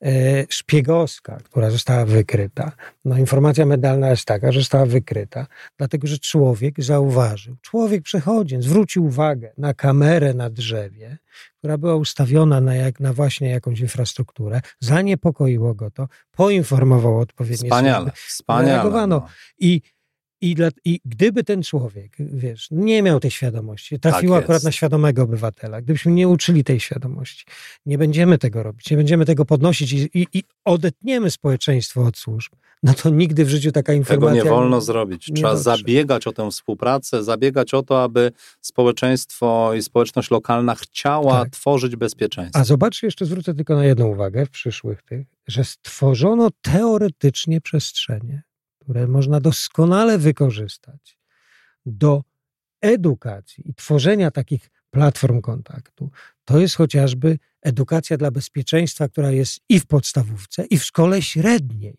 szpiegowska, która została wykryta. No, informacja medialna jest taka, że została wykryta, dlatego że człowiek zauważył, człowiek przechodząc, zwrócił uwagę na kamerę na drzewie, która była ustawiona na, jak, na właśnie jakąś infrastrukturę, zaniepokoiło go to, poinformował odpowiednie Wspaniale, służby, wspaniale. Reagowano. No. I I, dla, I gdyby ten człowiek, wiesz, nie miał tej świadomości, trafił Tak akurat jest. na świadomego obywatela, gdybyśmy nie uczyli tej świadomości, nie będziemy tego robić, nie będziemy tego podnosić i, i, i odetniemy społeczeństwo od służb, no to nigdy w życiu taka informacja... Tego nie wolno zrobić. Trzeba dotrze. zabiegać o tę współpracę, zabiegać o to, aby społeczeństwo i społeczność lokalna chciała Tak. tworzyć bezpieczeństwo. A zobacz, jeszcze zwrócę tylko na jedną uwagę w przyszłych tych, że stworzono teoretycznie przestrzenie, które można doskonale wykorzystać do edukacji i tworzenia takich platform kontaktu. To jest chociażby edukacja dla bezpieczeństwa, która jest i w podstawówce, i w szkole średniej.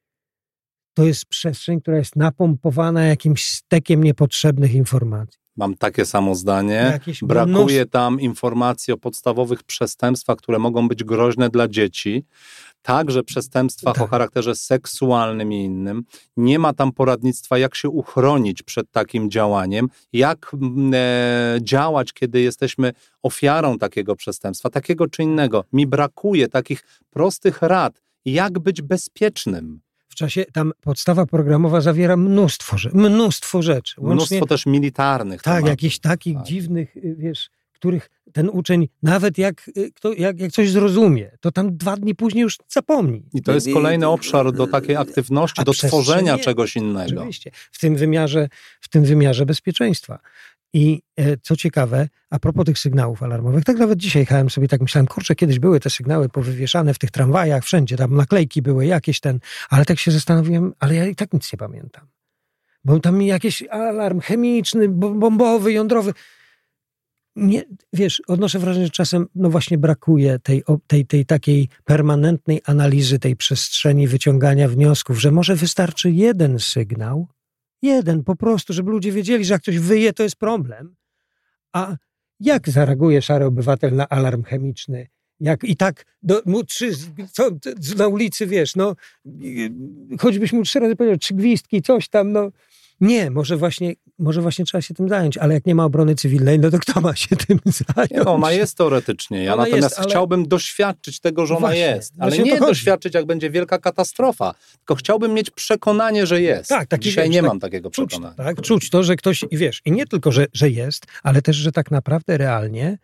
To jest przestrzeń, która jest napompowana jakimś stekiem niepotrzebnych informacji. Mam takie samo zdanie. Jakieś Brakuje mnóstwo- tam informacji o podstawowych przestępstwach, które mogą być groźne dla dzieci. Także przestępstwach Tak. o charakterze seksualnym i innym. Nie ma tam poradnictwa, jak się uchronić przed takim działaniem, jak e, działać, kiedy jesteśmy ofiarą takiego przestępstwa, takiego czy innego. Mi brakuje takich prostych rad, jak być bezpiecznym. W czasie tam podstawa programowa zawiera mnóstwo, rze- mnóstwo rzeczy. Łącznie, Mnóstwo też militarnych tak, tematów. jakichś takich Tak. dziwnych, y, wiesz, których ten uczeń, nawet jak, y, kto, jak, jak coś zrozumie, to tam dwa dni później już zapomni. I to jest kolejny obszar do takiej aktywności, A do przestrzeń tworzenia jest. czegoś innego. Oczywiście, w tym wymiarze, w tym wymiarze bezpieczeństwa. I e, co ciekawe, a propos tych sygnałów alarmowych, tak nawet dzisiaj jechałem sobie, tak myślałem, kurczę, kiedyś były te sygnały powywieszane w tych tramwajach, wszędzie, tam naklejki były jakieś ten, ale tak się zastanowiłem, ale ja i tak nic nie pamiętam. Bo tam jakiś alarm chemiczny, bo- bombowy, jądrowy. Nie, wiesz, odnoszę wrażenie, że czasem no właśnie brakuje tej, o- tej, tej takiej permanentnej analizy tej przestrzeni, wyciągania wniosków, że może wystarczy jeden sygnał, jeden po prostu, żeby ludzie wiedzieli, że jak ktoś wyje, to jest problem. A jak zareaguje szary obywatel na alarm chemiczny? Jak i tak do, mu trzy, co, na ulicy, wiesz, no choćbyś mu trzy razy powiedział, trzy gwizdki, coś tam, no nie, może właśnie, może właśnie trzeba się tym zająć, ale jak nie ma obrony cywilnej, no to kto ma się tym zająć? Nie, no, ona jest teoretycznie. Ja Ona natomiast jest, ale- chciałbym doświadczyć tego, że ona Właśnie, jest. Ale właśnie o nie to chodzi. doświadczyć, jak będzie wielka katastrofa. Tylko chciałbym mieć przekonanie, że jest. Tak, taki, Dzisiaj wiesz, nie tak, mam takiego Czuć to, przekonania. tak? Czuć to, że ktoś, i wiesz, i nie tylko, że, że jest, ale też, że tak naprawdę realnie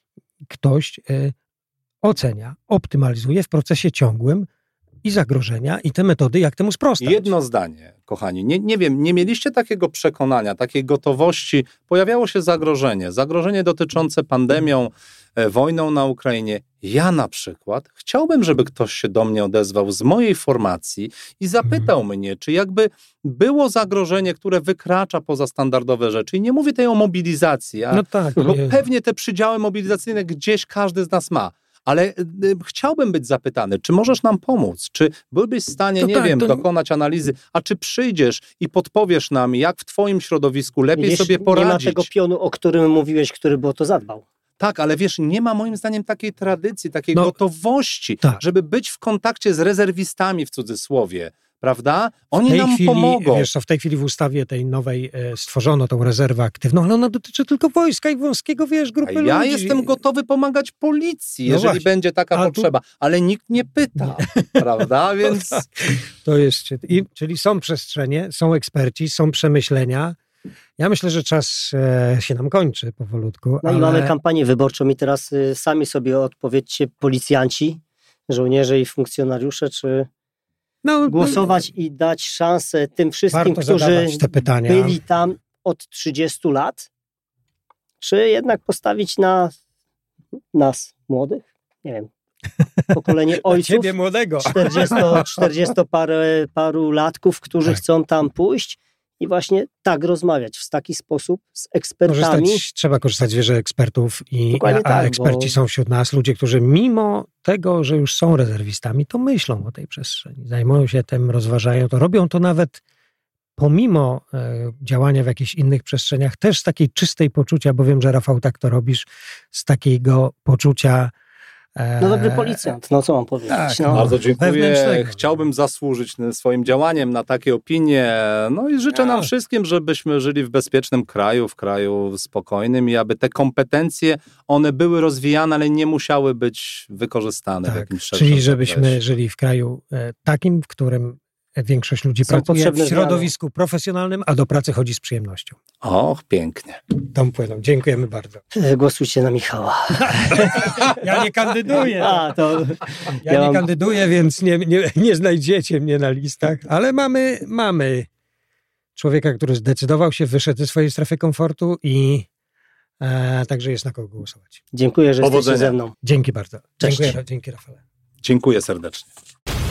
ktoś y, ocenia, optymalizuje w procesie ciągłym i zagrożenia, i te metody, jak temu sprostać. Jedno zdanie, kochani. Nie, nie wiem, nie mieliście takiego przekonania, takiej gotowości. Pojawiało się zagrożenie. Zagrożenie dotyczące pandemią, e, wojną na Ukrainie. Ja na przykład chciałbym, żeby ktoś się do mnie odezwał z mojej formacji i zapytał Mhm. mnie, czy jakby było zagrożenie, które wykracza poza standardowe rzeczy. I nie mówię tutaj o mobilizacji, a No tak. bo nie. pewnie te przydziały mobilizacyjne gdzieś każdy z nas ma. Ale y, y, chciałbym być zapytany, czy możesz nam pomóc? Czy byłbyś w stanie, To nie tak, wiem, to- dokonać analizy? A czy przyjdziesz i podpowiesz nam, jak w twoim środowisku lepiej Wiesz, sobie nie ma poradzić? tego pionu, o którym mówiłeś, który by o to zadbał. Tak, ale wiesz, nie ma moim zdaniem takiej tradycji, takiej No, gotowości, tak. żeby być w kontakcie z rezerwistami w cudzysłowie, prawda? Oni W tej nam chwili, pomogą. Wiesz co, w tej chwili w ustawie tej nowej e, stworzono tą rezerwę aktywną, ale ona dotyczy tylko wojska i wąskiego, wiesz, A grupy ja ludzi. jestem gotowy pomagać policji, No jeżeli właśnie. będzie taka A tu- potrzeba, ale nikt nie pyta, prawda? Więc To jest, i, czyli są przestrzenie, są eksperci, są przemyślenia. Ja myślę, że czas e, się nam kończy powolutku. No ale... i mamy kampanię wyborczą i teraz y, sami sobie odpowiedzcie, policjanci, żołnierze i funkcjonariusze, czy no, głosować i dać szansę tym wszystkim, Warto którzy zadawać te pytania. byli tam od trzydziestu lat, czy jednak postawić na nas, młodych? Nie wiem, pokolenie Dla ojców, ciebie młodego. czterdziesto, czterdziesto parę, paru latków, którzy Tak. chcą tam pójść i właśnie tak rozmawiać, w taki sposób z ekspertami. Korzystać, trzeba korzystać z wiedzy ekspertów, i, Dokładnie a, a tak, eksperci bo- są wśród nas, ludzie, którzy mimo tego, że już są rezerwistami, to myślą o tej przestrzeni, zajmują się tym, rozważają to, robią to nawet pomimo e, działania w jakichś innych przestrzeniach, też z takiej czystej poczucia, bo wiem, że Rafał, tak to robisz, z takiego poczucia e, No dobry policjant, no co mam powiedzieć. tak, no. bardzo dziękuję. wewnętrznego. Chciałbym zasłużyć swoim działaniem na takie opinie. No i życzę Ja. nam wszystkim, żebyśmy żyli w bezpiecznym kraju, w kraju spokojnym i aby te kompetencje, one były rozwijane, ale nie musiały być wykorzystane w Tak, jakimś szerszym czyli żebyśmy zakresie. żyli w kraju e, takim, w którym większość ludzi Są pracuje potrzebne w środowisku profesjonalnym, a do pracy chodzi z przyjemnością. Och, pięknie. Tą płyną. Dziękujemy bardzo. E, Głosujcie na Michała. Ja nie kandyduję. A, to Ja, ja nie mam- kandyduję, więc nie, nie, nie znajdziecie mnie na listach, ale mamy, mamy człowieka, który zdecydował się, wyszedł ze swojej strefy komfortu i e, także jest na kogo głosować. Dziękuję, że jesteście Powodzenia. ze mną. Dzięki bardzo. Cześć. Dziękuję, dzięki Rafale. Dziękuję serdecznie.